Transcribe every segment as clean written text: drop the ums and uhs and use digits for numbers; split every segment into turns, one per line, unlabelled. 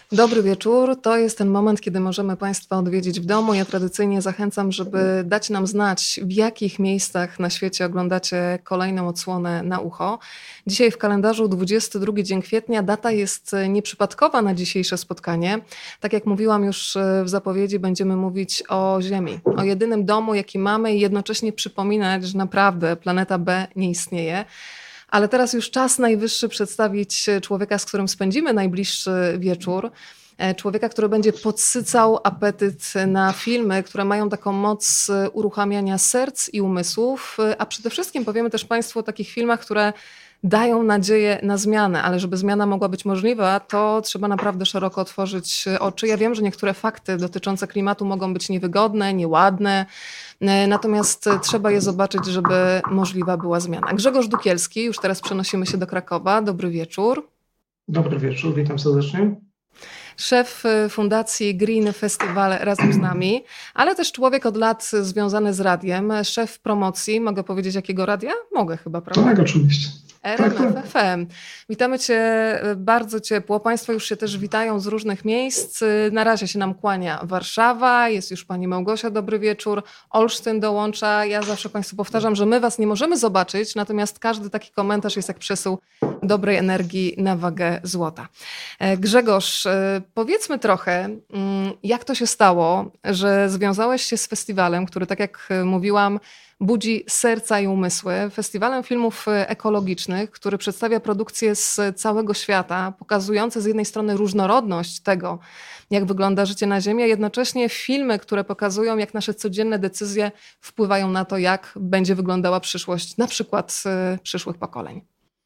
Dobry wieczór. To jest ten moment, kiedy możemy Państwa odwiedzić w domu. Ja tradycyjnie zachęcam, żeby dać nam znać, w jakich miejscach na świecie oglądacie kolejną odsłonę Na ucho. Dzisiaj w kalendarzu 22 dzień kwietnia. Data jest nieprzypadkowa na dzisiejsze spotkanie. Tak jak mówiłam już w zapowiedzi, będziemy mówić o Ziemi, o jedynym domu, jaki mamy i jednocześnie przypominać, że naprawdę planeta B nie istnieje. Ale teraz już czas najwyższy przedstawić człowieka, z którym spędzimy najbliższy wieczór. Człowieka, który będzie podsycał apetyt na filmy, które mają taką moc uruchamiania serc i umysłów, a przede wszystkim powiemy też Państwu o takich filmach, które dają nadzieję na zmianę, ale żeby zmiana mogła być możliwa, to trzeba naprawdę szeroko otworzyć oczy. Ja wiem, że niektóre fakty dotyczące klimatu mogą być niewygodne, nieładne, natomiast trzeba je zobaczyć, żeby możliwa była zmiana. Grzegorz Dukielski, już teraz przenosimy się do Krakowa. Dobry wieczór.
Dobry wieczór, witam serdecznie.
Szef Fundacji Green Festival razem z nami, ale też człowiek od lat związany z radiem, szef promocji, mogę powiedzieć jakiego radia? Mogę chyba, prawda?
Tak, oczywiście.
RMF FM. Witamy Cię bardzo ciepło. Państwo już się też witają z różnych miejsc. Na razie się nam kłania Warszawa, jest już Pani Małgosia, dobry wieczór. Olsztyn dołącza. Ja zawsze Państwu powtarzam, że my Was nie możemy zobaczyć, natomiast każdy taki komentarz jest jak przesył dobrej energii na wagę złota. Grzegorz, powiedzmy trochę, jak to się stało, że związałeś się z festiwalem, który, tak jak mówiłam, budzi serca i umysły, festiwalem filmów ekologicznych, który przedstawia produkcje z całego świata, pokazujące z jednej strony różnorodność tego, jak wygląda życie na Ziemi, a jednocześnie filmy, które pokazują, jak nasze codzienne decyzje wpływają na to, jak będzie wyglądała przyszłość, na przykład przyszłych pokoleń.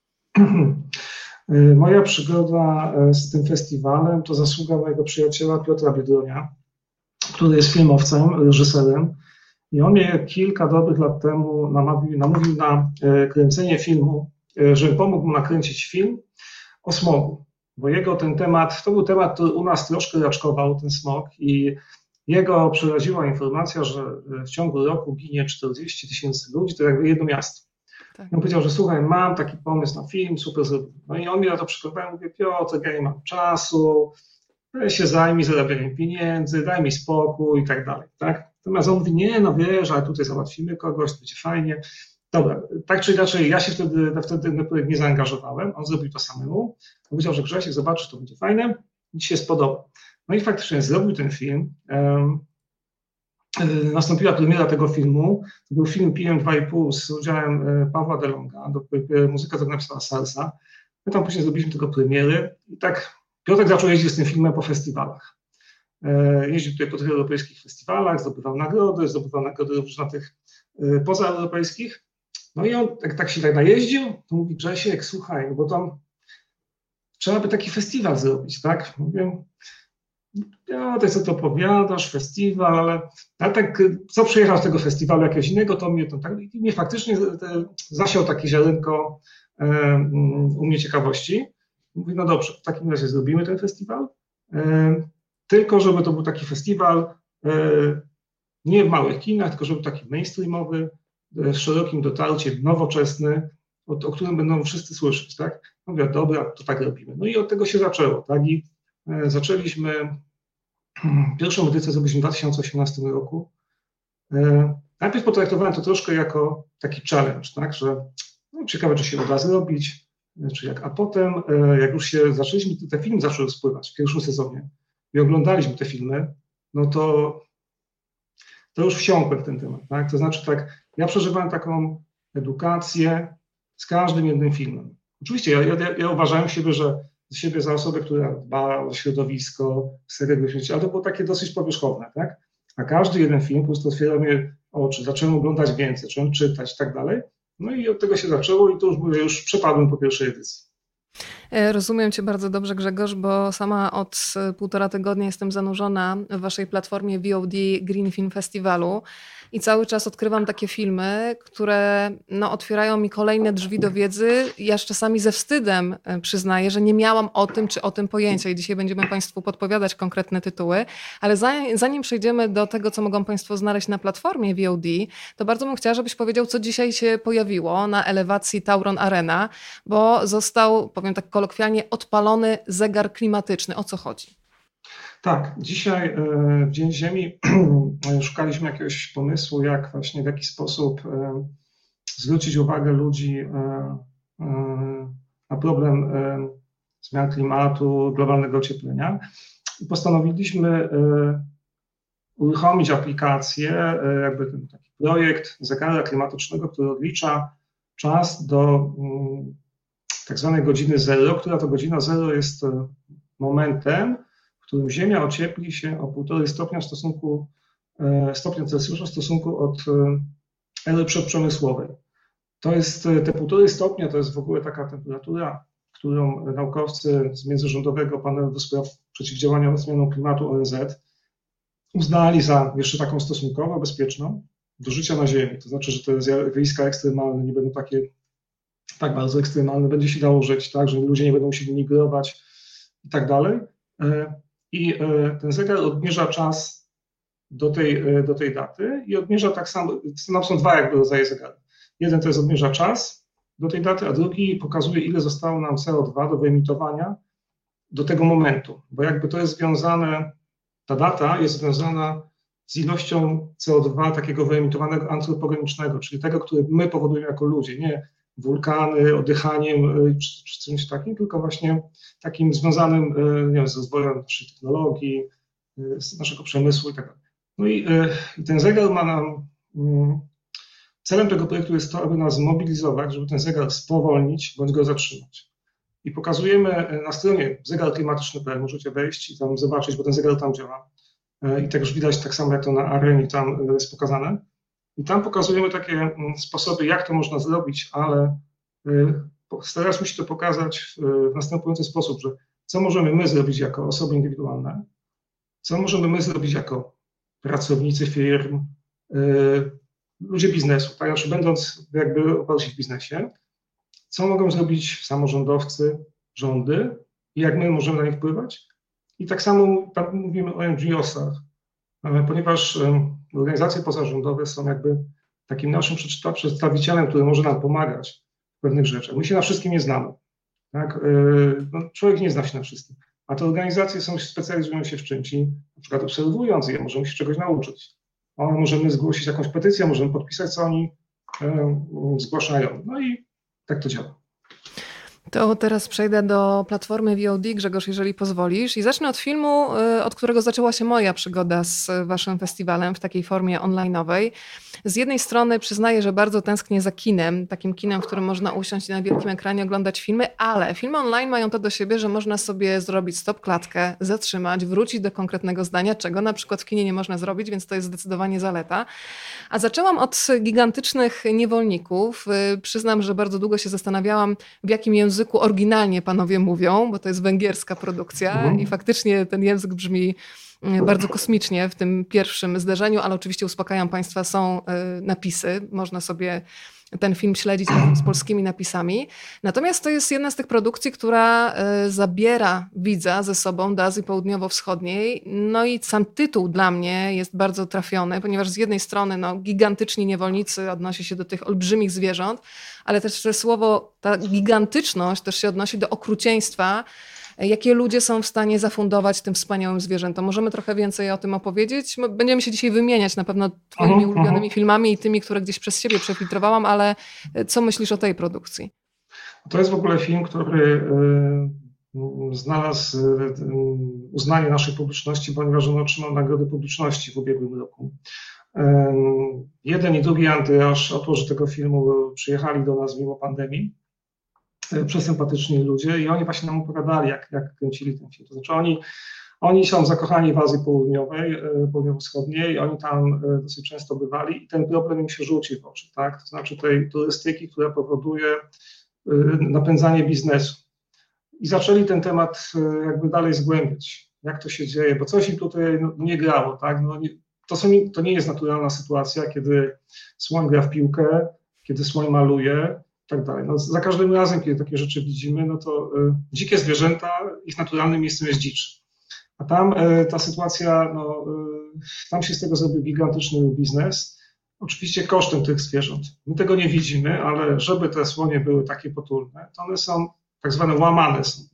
Moja przygoda z tym festiwalem to zasługa mojego przyjaciela Piotra Biedronia, który jest filmowcem, reżyserem. I on mnie kilka dobrych lat temu namówił na kręcenie filmu, żeby pomógł mu nakręcić film o smogu. Bo jego ten temat, to był temat, który u nas troszkę raczkował, ten smog, i jego przeraziła informacja, że w ciągu roku ginie 40 000 ludzi, to jakby jedno miasto. Tak. On powiedział, że słuchaj, mam taki pomysł na film, super zrobił. No i on mnie na to przekonywał, mówię, Piotr, ja nie mam czasu, weź się zajmij zarabianiem pieniędzy, daj mi spokój i tak dalej, tak? Natomiast on mówi, nie, no wiesz, ale tutaj załatwimy kogoś, to będzie fajnie. Dobra, tak czy inaczej, ja się wtedy na projekt nie zaangażowałem, on zrobił to samemu. On powiedział, że Grzesiek, zobaczysz, to będzie fajne, mi się spodoba. No i faktycznie zrobił ten film. Nastąpiła premiera tego filmu. To był film PM2,5 z udziałem Pawła Delonga, muzyka to napisała Salsa. My tam później zrobiliśmy tego premiery i tak Piotrek zaczął jeździć z tym filmem po festiwalach. Jeździł tutaj po tych europejskich festiwalach, zdobywał nagrody również na tych pozaeuropejskich. No i on tak się najeździł, to mówi, Grzesiek, słuchaj, no bo tam trzeba by taki festiwal zrobić, tak? Mówię, ja to co to opowiadasz, festiwal, ale tak, co przyjechał z tego festiwalu jakiegoś innego, to mnie faktycznie zasiał takie ziarenko u mnie ciekawości. Mówi, no dobrze, w takim razie zrobimy ten festiwal, tylko żeby to był taki festiwal nie w małych kinach, tylko żeby był taki mainstreamowy, z szerokim dotarciem, nowoczesny, o którym będą wszyscy słyszeć, tak? Mówię, dobra, to tak robimy. No i od tego się zaczęło, tak? I zaczęliśmy, pierwszą edycję zrobiliśmy w 2018 roku. Najpierw potraktowałem to troszkę jako taki challenge, tak? Że no, ciekawe, czy się uda zrobić, czy jak, a potem, jak już się zaczęliśmy, te filmy zaczęły spływać w pierwszym sezonie i oglądaliśmy te filmy, no to już wsiąkłem w ten temat, tak? To znaczy tak, ja przeżywałem taką edukację z każdym jednym filmem. Oczywiście ja uważałem siebie za osobę, która dba o środowisko, ale to było takie dosyć powierzchowne, tak? A każdy jeden film po prostu otwierał mnie oczy, zacząłem oglądać więcej, zacząłem czytać i tak dalej. No i od tego się zaczęło i to już przepadłem po pierwszej edycji.
Rozumiem Cię bardzo dobrze, Grzegorz, bo sama od 1,5 tygodnia jestem zanurzona w Waszej platformie VOD Green Film Festiwalu i cały czas odkrywam takie filmy, które otwierają mi kolejne drzwi do wiedzy. Ja czasami ze wstydem przyznaję, że nie miałam o tym czy o tym pojęcia i dzisiaj będziemy Państwu podpowiadać konkretne tytuły, ale zanim przejdziemy do tego, co mogą Państwo znaleźć na platformie VOD, to bardzo bym chciała, żebyś powiedział, co dzisiaj się pojawiło na elewacji Tauron Arena, bo został, powiem tak kolokwialnie, odpalony zegar klimatyczny. O co chodzi?
Tak, dzisiaj w Dzień Ziemi szukaliśmy jakiegoś pomysłu, jak właśnie w jaki sposób zwrócić uwagę ludzi na problem zmian klimatu, globalnego ocieplenia. I postanowiliśmy uruchomić aplikację, jakby ten taki projekt zegara klimatycznego, który odlicza czas do tak zwanej godziny zero, która to godzina zero jest momentem, w którym Ziemia ociepli się o 1,5 stopnia Celsjusza w stosunku od ery przedprzemysłowej. To jest te 1,5 stopnia, to jest w ogóle taka temperatura, którą naukowcy z Międzyrządowego Panelu do Spraw Przeciwdziałania zmianom klimatu ONZ uznali za jeszcze taką stosunkowo bezpieczną do życia na Ziemi. To znaczy, że te zjawiska ekstremalne nie będą tak bardzo ekstremalne, będzie się dało żyć, tak, że ludzie nie będą musieli migrować i tak dalej. I ten zegar odmierza czas do tej daty i odmierza tak samo, tam są dwa jakby rodzaje zegarów. Jeden to jest odmierza czas do tej daty, a drugi pokazuje, ile zostało nam CO2 do wyemitowania do tego momentu, bo jakby to jest związane, ta data jest związana z ilością CO2 takiego wyemitowanego antropogenicznego, czyli tego, które my powodujemy jako ludzie, nie wulkany, oddychaniem czy czymś takim, tylko właśnie takim związanym, nie wiem, z rozwojem naszej technologii, z naszego przemysłu i tak dalej. No i ten zegar ma nam, celem tego projektu jest to, aby nas zmobilizować, żeby ten zegar spowolnić bądź go zatrzymać. I pokazujemy na stronie zegarklimatyczny.pl, możecie wejść i tam zobaczyć, bo ten zegar tam działa. I też widać tak samo jak to na arenie tam jest pokazane. I tam pokazujemy takie sposoby, jak to można zrobić, ale staraliśmy się to pokazać w następujący sposób, że co możemy my zrobić jako osoby indywidualne, co możemy my zrobić jako pracownicy firm, ludzie biznesu, tak? Znaczy będąc jakby oparci w biznesie, co mogą zrobić samorządowcy, rządy i jak my możemy na nich wpływać. I tak samo tam mówimy o NGO-sach, ponieważ organizacje pozarządowe są jakby takim naszym przedstawicielem, który może nam pomagać w pewnych rzeczach. My się na wszystkim nie znamy. Tak? No, człowiek nie zna się na wszystkim, a te organizacje specjalizują się w czymś i na przykład obserwując je, możemy się czegoś nauczyć. Możemy zgłosić jakąś petycję, możemy podpisać, co oni zgłaszają. No i tak to działa.
To teraz przejdę do platformy VOD, Grzegorz, jeżeli pozwolisz. I zacznę od filmu, od którego zaczęła się moja przygoda z waszym festiwalem w takiej formie online'owej. Z jednej strony przyznaję, że bardzo tęsknię za kinem, takim kinem, w którym można usiąść i na wielkim ekranie oglądać filmy, ale filmy online mają to do siebie, że można sobie zrobić stop klatkę, zatrzymać, wrócić do konkretnego zdania, czego na przykład w kinie nie można zrobić, więc to jest zdecydowanie zaleta. A zaczęłam od Gigantycznych Niewolników. Przyznam, że bardzo długo się zastanawiałam, w jakim języku oryginalnie panowie mówią, bo to jest węgierska produkcja i faktycznie ten język brzmi bardzo kosmicznie w tym pierwszym zdarzeniu, ale oczywiście uspokajam Państwa, są napisy, można sobie ten film śledzić razem z polskimi napisami. Natomiast to jest jedna z tych produkcji, która zabiera widza ze sobą do Azji Południowo-Wschodniej. No i sam tytuł dla mnie jest bardzo trafiony, ponieważ z jednej strony gigantyczni niewolnicy odnosi się do tych olbrzymich zwierząt, ale też to słowo, ta gigantyczność też się odnosi do okrucieństwa, jakie ludzie są w stanie zafundować tym wspaniałym zwierzętom. Możemy trochę więcej o tym opowiedzieć? Będziemy się dzisiaj wymieniać na pewno twoimi ulubionymi filmami i tymi, które gdzieś przez siebie przefiltrowałam, ale co myślisz o tej produkcji?
To jest w ogóle film, który znalazł uznanie naszej publiczności, ponieważ on otrzymał nagrody publiczności w ubiegłym roku. Jeden i drugi Andreasz, autorzy tego filmu, przyjechali do nas mimo pandemii, przesympatyczni ludzie i oni właśnie nam opowiadali, jak kręcili ten film. To znaczy oni są zakochani w Azji Południowej, Południowo-Wschodniej, oni tam dosyć często bywali i ten problem im się rzuci w oczy, tak? To znaczy tej turystyki, która powoduje napędzanie biznesu. I zaczęli ten temat jakby dalej zgłębiać, jak to się dzieje, bo coś im tutaj nie grało, tak? To nie jest naturalna sytuacja, kiedy słoń gra w piłkę, kiedy słoń maluje, i tak dalej. Za każdym razem, kiedy takie rzeczy widzimy, to dzikie zwierzęta, ich naturalnym miejscem jest dzicz. A tam ta sytuacja, tam się z tego zrobił gigantyczny biznes, oczywiście kosztem tych zwierząt. My tego nie widzimy, ale żeby te słonie były takie potulne, to one są tak zwane łamane są.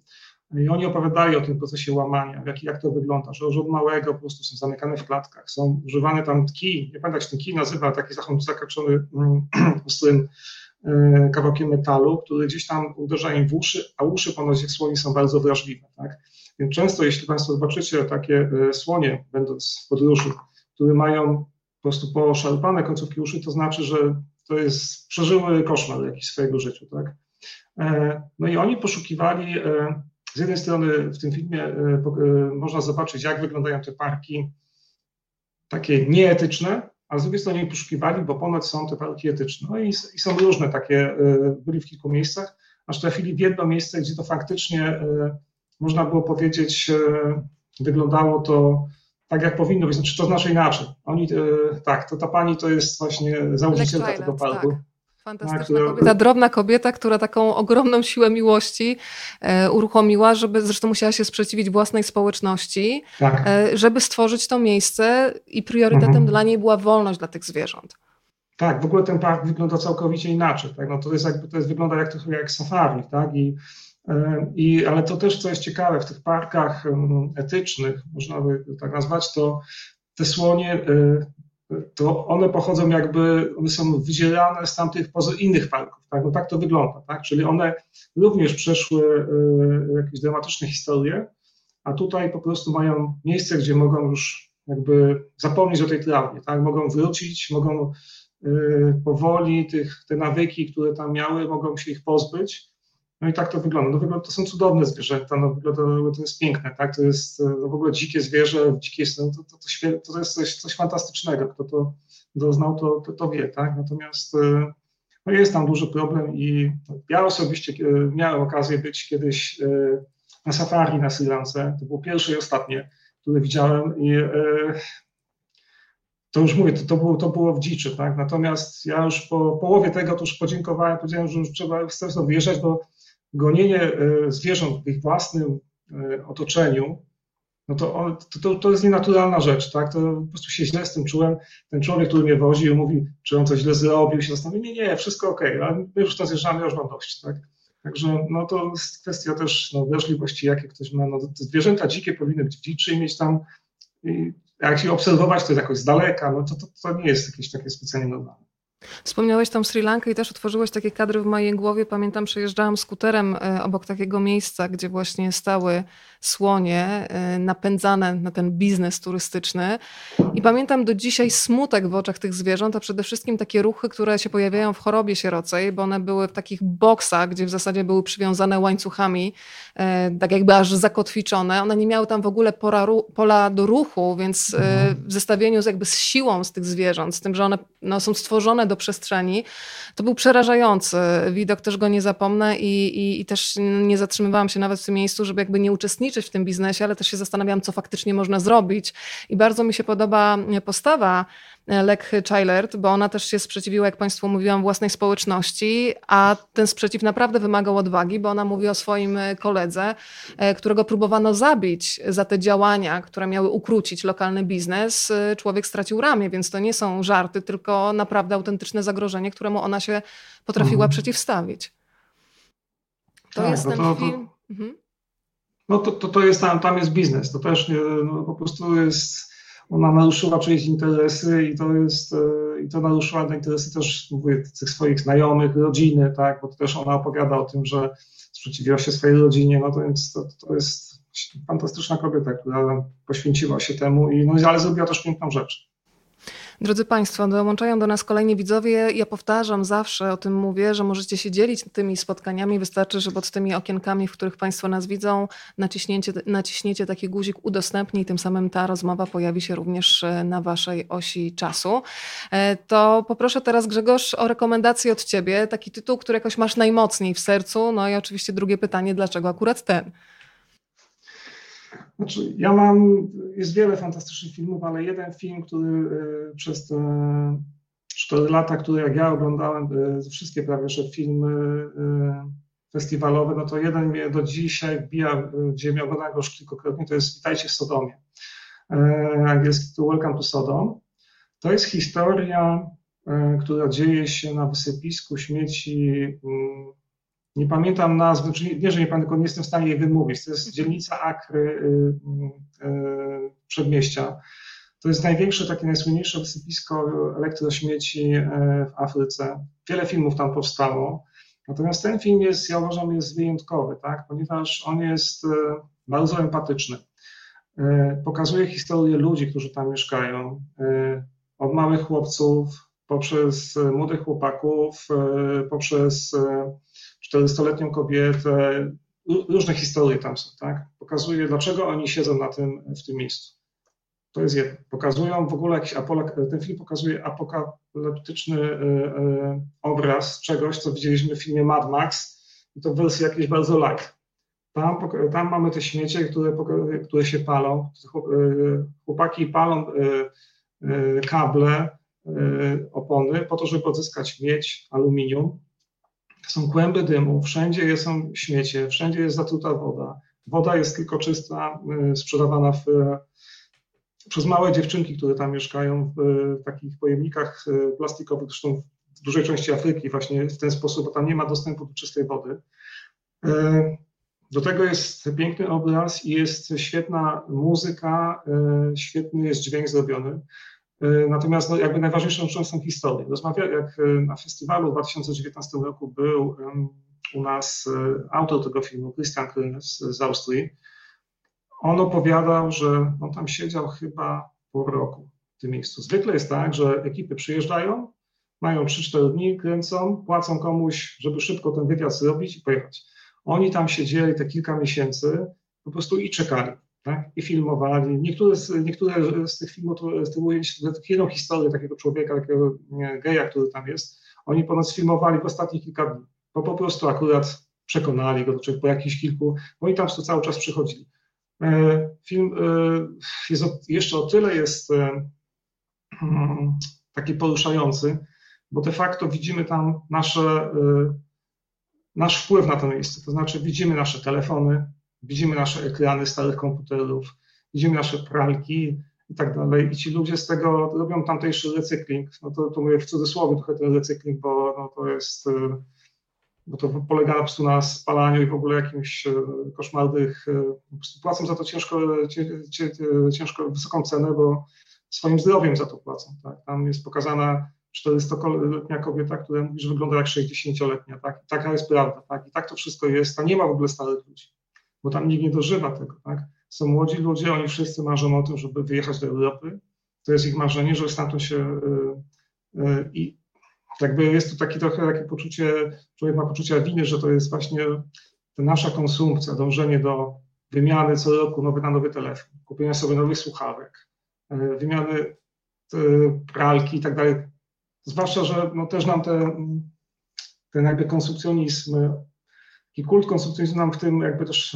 I oni opowiadali o tym procesie łamania, jak to wygląda, że już od małego po prostu są zamykane w klatkach, są używane tam kij, nie pamiętam jak ten kij nazywa, taki zakończony ostrym kawałkiem metalu, który gdzieś tam uderza im w uszy, a uszy ponoć jak słoni są bardzo wrażliwe. Tak? Więc często, jeśli Państwo zobaczycie takie słonie, będąc w podróży, które mają po prostu poszarpane końcówki uszy, to znaczy, że to jest przeżyły koszmar jakiś w swojego życia. Tak? No i oni poszukiwali, z jednej strony w tym filmie można zobaczyć, jak wyglądają te parki takie nieetyczne, a z drugiej strony poszukiwali, bo ponoć są te parki etyczne. No i są różne takie, byli w kilku miejscach, aż trafili w jedno miejsce, gdzie to faktycznie można było powiedzieć, wyglądało to tak, jak powinno być, znaczy to znaczy inaczej. Oni, tak, to ta pani to jest właśnie założycielka tego parku.
Tak. Fantastyczna kobieta, drobna kobieta, która taką ogromną siłę miłości uruchomiła, żeby, zresztą musiała się sprzeciwić własnej społeczności, tak. Żeby stworzyć to miejsce i priorytetem dla niej była wolność dla tych zwierząt.
Tak, w ogóle ten park wygląda całkowicie inaczej. Tak? No to jest jakby, wygląda trochę jak safari, tak? Ale to też, co jest ciekawe, w tych parkach etycznych, można by tak nazwać, to te słonie, to one pochodzą one są wydzielane z tamtych innych parków, tak? No tak to wygląda, tak? Czyli one również przeszły jakieś dramatyczne historie, a tutaj po prostu mają miejsce, gdzie mogą już jakby zapomnieć o tej traumie, tak? Mogą wrócić, mogą powoli te nawyki, które tam miały, mogą się ich pozbyć. No i tak to wygląda. No, to są cudowne zwierzęta, to jest piękne, tak? To jest w ogóle dzikie zwierzę, to jest coś fantastycznego. Kto to doznał, to wie, tak? Natomiast no jest tam duży problem i ja osobiście miałem okazję być kiedyś na safari na Sri Lance. To było pierwsze i ostatnie, które widziałem i to już mówię, to było w dziczy, tak? Natomiast ja już po połowie tego to już podziękowałem, powiedziałem, że już trzeba stąd wyjeżdżać, bo gonienie zwierząt w ich własnym otoczeniu, no to jest nienaturalna rzecz, tak? To po prostu się źle z tym czułem. Ten człowiek, który mnie woził, mówi, czy on coś źle zrobił, się zastanowił, nie, wszystko okej, ale my już to zjeżdżamy, już mam dość, tak? Także no to jest kwestia też wrażliwości, jakie ktoś ma. No, te zwierzęta dzikie powinny być w dziczy i mieć tam, jak się obserwować, to jest jakoś z daleka, no to nie jest jakieś takie specjalnie normalne.
Wspomniałeś tam Sri Lankę i też otworzyłeś takie kadry w mojej głowie. Pamiętam, przejeżdżałam skuterem obok takiego miejsca, gdzie właśnie stały słonie napędzane na ten biznes turystyczny. I pamiętam do dzisiaj smutek w oczach tych zwierząt, a przede wszystkim takie ruchy, które się pojawiają w chorobie sierocej, bo one były w takich boksach, gdzie w zasadzie były przywiązane łańcuchami, tak jakby aż zakotwiczone. One nie miały tam w ogóle pola do ruchu, więc w zestawieniu z siłą z tych zwierząt, z tym, że one są stworzone do przestrzeni, to był przerażający widok, też go nie zapomnę i też nie zatrzymywałam się nawet w tym miejscu, żeby jakby nie uczestniczyć w tym biznesie, ale też się zastanawiałam, co faktycznie można zrobić. I bardzo mi się podoba postawa Lek Chilert, bo ona też się sprzeciwiła, jak Państwu mówiłam, własnej społeczności, a ten sprzeciw naprawdę wymagał odwagi, bo ona mówi o swoim koledze, którego próbowano zabić za te działania, które miały ukrócić lokalny biznes. Człowiek stracił ramię, więc to nie są żarty, tylko naprawdę autentyczne zagrożenie, któremu ona się potrafiła przeciwstawić. To
tak,
jest ten film.
No to jest tam jest biznes, to też po prostu jest, ona naruszyła czyjeś interesy i to naruszyła te interesy też, mówię, tych swoich znajomych, rodziny, tak, bo to też ona opowiada o tym, że sprzeciwiła się swojej rodzinie, no to więc to jest fantastyczna kobieta, która poświęciła się temu ale zrobiła też piękną rzecz.
Drodzy Państwo, dołączają do nas kolejni widzowie. Ja powtarzam, zawsze o tym mówię, że możecie się dzielić tymi spotkaniami. Wystarczy, że pod tymi okienkami, w których Państwo nas widzą, naciśniecie taki guzik udostępnij, tym samym ta rozmowa pojawi się również na Waszej osi czasu. To poproszę teraz, Grzegorz, o rekomendację od Ciebie. Taki tytuł, który jakoś masz najmocniej w sercu. No i oczywiście drugie pytanie, dlaczego akurat ten?
Znaczy, jest wiele fantastycznych filmów, ale jeden film, który przez te 4 lata, które jak ja oglądałem, wszystkie prawie że filmy festiwalowe, no to jeden mnie do dzisiaj wbija w ziemię, oglądałem go już kilkukrotnie, to jest Witajcie w Sodomie. Angielski tytuł Welcome to Sodom. To jest historia, która dzieje się na wysypisku śmieci Nie pamiętam nazwy, czyli nie, że nie pamiętam, tylko nie jestem w stanie jej wymówić. To jest dzielnica Akry, przedmieścia. To jest największe, takie najsłynniejsze wysypisko elektrośmieci w Afryce. Wiele filmów tam powstało. Natomiast ten film jest, ja uważam, jest wyjątkowy, tak? Ponieważ on jest bardzo empatyczny. Pokazuje historię ludzi, którzy tam mieszkają. Od małych chłopców, poprzez młodych chłopaków, poprzez 400-letnią kobietę. Różne historie tam są, tak? Pokazuje, dlaczego oni siedzą w tym miejscu. To jest jedno. Pokazują w ogóle ten film pokazuje apokaliptyczny obraz czegoś, co widzieliśmy w filmie Mad Max, i to w wersji jakiejś bardzo light. Tam mamy te śmiecie, które się palą. Chłopaki palą kable, opony po to, żeby odzyskać miedź, aluminium. Są kłęby dymu, wszędzie są śmiecie, wszędzie jest zatruta woda. Woda jest tylko czysta, sprzedawana przez małe dziewczynki, które tam mieszkają w takich pojemnikach plastikowych, zresztą w dużej części Afryki właśnie w ten sposób, bo tam nie ma dostępu do czystej wody. Do tego jest piękny obraz i jest świetna muzyka, świetny jest dźwięk zrobiony. Natomiast jakby najważniejszą rzeczą są historie. Jak na festiwalu w 2019 roku był u nas autor tego filmu, Christian Krylnes z Austrii. On opowiadał, że on tam siedział chyba pół roku w tym miejscu. Zwykle jest tak, że ekipy przyjeżdżają, mają 3-4 dni, kręcą, płacą komuś, żeby szybko ten wywiad zrobić i pojechać. Oni tam siedzieli te kilka miesięcy po prostu i czekali, tak? I filmowali. Niektóre z tych filmów, z tych ujęć, jedną historię takiego człowieka, takiego geja, który tam jest, oni ponoć filmowali w ostatnich kilka dni, bo po prostu akurat przekonali go do czegoś po jakichś kilku, bo oni tam cały czas przychodzili. Film jeszcze o tyle jest taki poruszający, bo de facto widzimy tam nasz wpływ na to miejsce, to znaczy widzimy nasze telefony, widzimy nasze ekrany starych komputerów, widzimy nasze pralki i tak dalej i ci ludzie z tego robią tamtejszy recykling, no to mówię w cudzysłowie trochę ten recykling, bo no bo to polega po prostu na spalaniu i w ogóle jakimś koszmarnych, po prostu płacą za to ciężko wysoką cenę, bo swoim zdrowiem za to płacą. Tak? Tam jest pokazana 400-letnia kobieta, która mówi, że wygląda jak 60-letnia. Tak? Taka jest prawda. Tak? I tak to wszystko jest. Tam nie ma w ogóle starych ludzi, bo tam nikt nie dożywa tego. Tak? Są młodzi ludzie, oni wszyscy marzą o tym, żeby wyjechać do Europy. To jest ich marzenie, że stamtąd się i jakby jest to takie poczucie, człowiek ma poczucie winy, że to jest właśnie ta nasza konsumpcja, dążenie do wymiany co roku na nowy telefon, kupienia sobie nowych słuchawek, wymiany pralki i tak dalej. Zwłaszcza, że no też nam ten jakby konsumpcjonizm, taki kult konsumpcjonizmu nam w tym jakby też,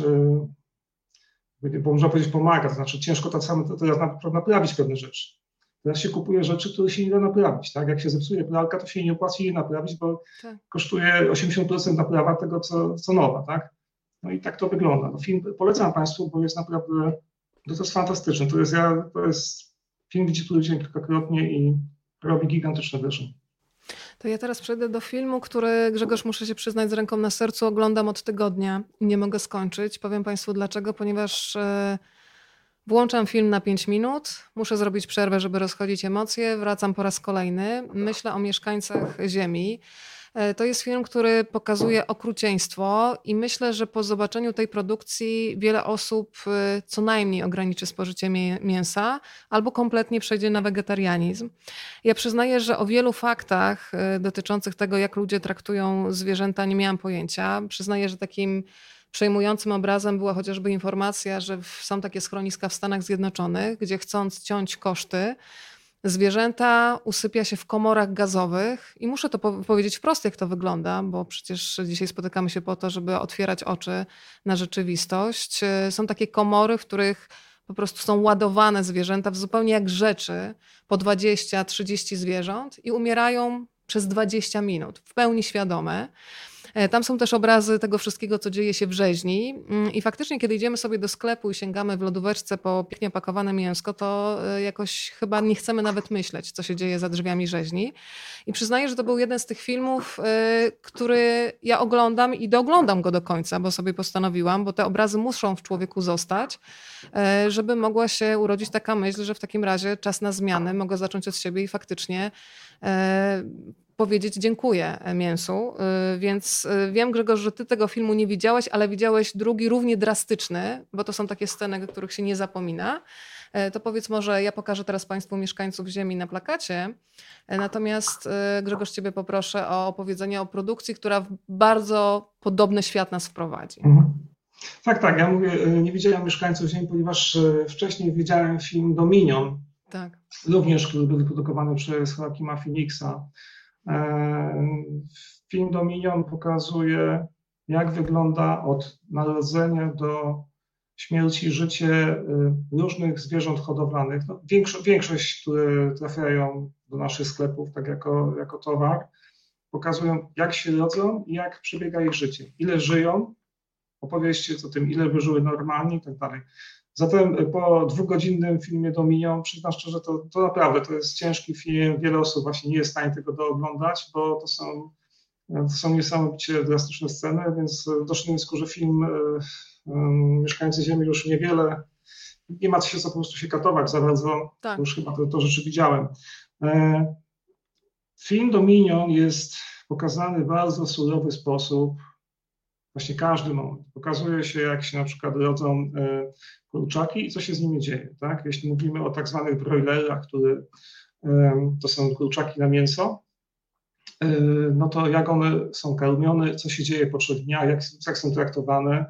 bo można powiedzieć, pomaga, to znaczy ciężko teraz naprawić pewne rzeczy. Teraz się kupuje rzeczy, które się nie da naprawić. Tak? Jak się zepsuje pralka, to się nie opłaci jej naprawić, bo kosztuje 80% naprawa tego, co nowa. Tak? No i tak to wygląda. No film polecam Państwu, bo jest naprawdę, to jest fantastyczne. To jest film, który widziałem kilkakrotnie i robi gigantyczne wrażenie.
To ja teraz przejdę do filmu, który, Grzegorz, muszę się przyznać z ręką na sercu, oglądam od tygodnia i nie mogę skończyć. Powiem Państwu dlaczego, ponieważ włączam film na 5 minut, muszę zrobić przerwę, żeby rozchodzić emocje, wracam po raz kolejny. Myślę o mieszkańcach Ziemi. To jest film, który pokazuje okrucieństwo i myślę, że po zobaczeniu tej produkcji wiele osób co najmniej ograniczy spożycie mięsa albo kompletnie przejdzie na wegetarianizm. Ja przyznaję, że o wielu faktach dotyczących tego, jak ludzie traktują zwierzęta, nie miałam pojęcia. Przyznaję, że takim przejmującym obrazem była chociażby informacja, że są takie schroniska w Stanach Zjednoczonych, gdzie chcąc ciąć koszty, zwierzęta usypia się w komorach gazowych i muszę to powiedzieć wprost, jak to wygląda, bo przecież dzisiaj spotykamy się po to, żeby otwierać oczy na rzeczywistość. Są takie komory, w których po prostu są ładowane zwierzęta w zupełnie jak rzeczy, po 20-30 zwierząt i umierają przez 20 minut, w pełni świadome. Tam są też obrazy tego wszystkiego, co dzieje się w rzeźni i faktycznie, kiedy idziemy sobie do sklepu i sięgamy w lodóweczce po pięknie pakowane mięsko, to jakoś chyba nie chcemy nawet myśleć, co się dzieje za drzwiami rzeźni. I przyznaję, że to był jeden z tych filmów, który ja oglądam i dooglądam go do końca, bo sobie postanowiłam, bo te obrazy muszą w człowieku zostać, żeby mogła się urodzić taka myśl, że w takim razie czas na zmianę, mogę zacząć od siebie i faktycznie powiedzieć dziękuję mięsu. Więc wiem, Grzegorz, że ty tego filmu nie widziałeś, ale widziałeś drugi równie drastyczny, bo to są takie sceny, których się nie zapomina. To powiedz może, ja pokażę teraz Państwu Mieszkańców Ziemi na plakacie. Natomiast Grzegorz, ciebie poproszę o opowiedzenie o produkcji, która w bardzo podobny świat nas wprowadzi.
Tak, ja mówię, nie widziałem Mieszkańców Ziemi, ponieważ wcześniej widziałem film Dominion,
Tak.
również, który był wyprodukowany przez Joaquina Phoenixa. Film Dominion pokazuje, jak wygląda od narodzenia do śmierci życie różnych zwierząt hodowlanych. No, większość, które trafiają do naszych sklepów tak jako towar, pokazują, jak się rodzą i jak przebiega ich życie. Ile żyją, opowieści o tym, ile by żyły normalnie i tak dalej. Zatem po 2-godzinnym filmie Dominion, przyznam szczerze, to naprawdę to jest ciężki film. Wiele osób właśnie nie jest w stanie tego dooglądać, bo to są niesamowicie drastyczne sceny, więc doszedłem do wniosku, że film Mieszkańcy Ziemi już nie ma się co po prostu się katować za bardzo.
Tak.
Już chyba to rzeczy widziałem. Film Dominion jest pokazany w bardzo surowy sposób. Właśnie każdy moment. Pokazuje się, jak się na przykład rodzą kurczaki i co się z nimi dzieje. Tak? Jeśli mówimy o tak zwanych broilerach, to są kurczaki na mięso, no to jak one są karmione, co się dzieje po 3 dniach, jak są traktowane,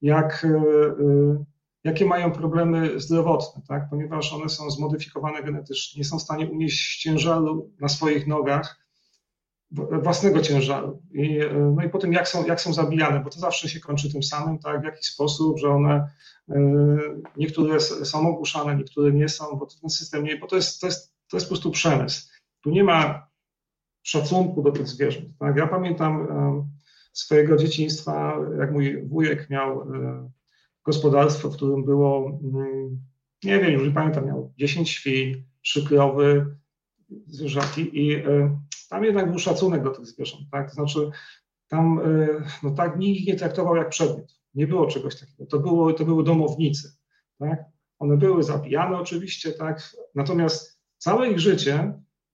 jakie mają problemy zdrowotne, tak? Ponieważ one są zmodyfikowane genetycznie, nie są w stanie unieść ciężaru na swoich nogach, własnego ciężaru. No i potem jak są zabijane, bo to zawsze się kończy tym samym, tak, w jaki sposób, że one, niektóre są ogłuszane, niektóre nie są, bo ten system nie, bo to jest po prostu przemysł. Tu nie ma szacunku do tych zwierząt. Tak? Ja pamiętam swojego dzieciństwa, jak mój wujek miał gospodarstwo, w którym było, nie wiem, już nie pamiętam, miał 10 świń, 3 krowy, zwierzaki i tam jednak był szacunek do tych zwierząt, tak? To znaczy tam no tak nikt ich nie traktował jak przedmiot. Nie było czegoś takiego. To były domownicy, tak? One były zabijane oczywiście, tak? Natomiast całe ich życie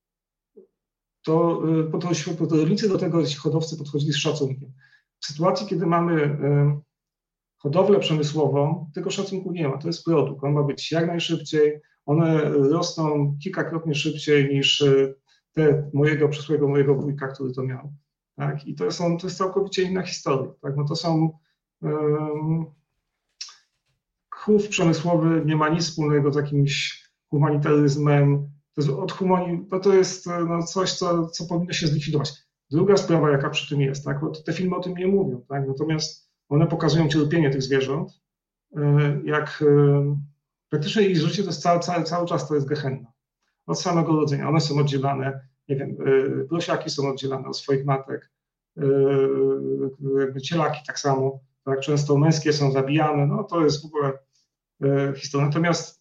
to rolnicy do tego ci hodowcy podchodzili z szacunkiem. W sytuacji, kiedy mamy hodowlę przemysłową, tego szacunku nie ma. To jest produkt. On ma być jak najszybciej. One rosną kilkakrotnie szybciej niż te przyszłego mojego wujka, który to miał. Tak? I to jest całkowicie inna historia. Tak? No to są chów przemysłowy nie ma nic wspólnego z jakimś humanitaryzmem. To jest coś, co powinno się zlikwidować. Druga sprawa, jaka przy tym jest, tak? Bo te filmy o tym nie mówią, tak? Natomiast one pokazują cierpienie tych zwierząt, jak praktycznie ich życie to jest cały czas to jest gehenna. Od samego urodzenia. One są oddzielane, nie wiem, prosiaki są oddzielane od swoich matek, cielaki tak samo, tak? Często męskie są zabijane, no to jest w ogóle historia. Natomiast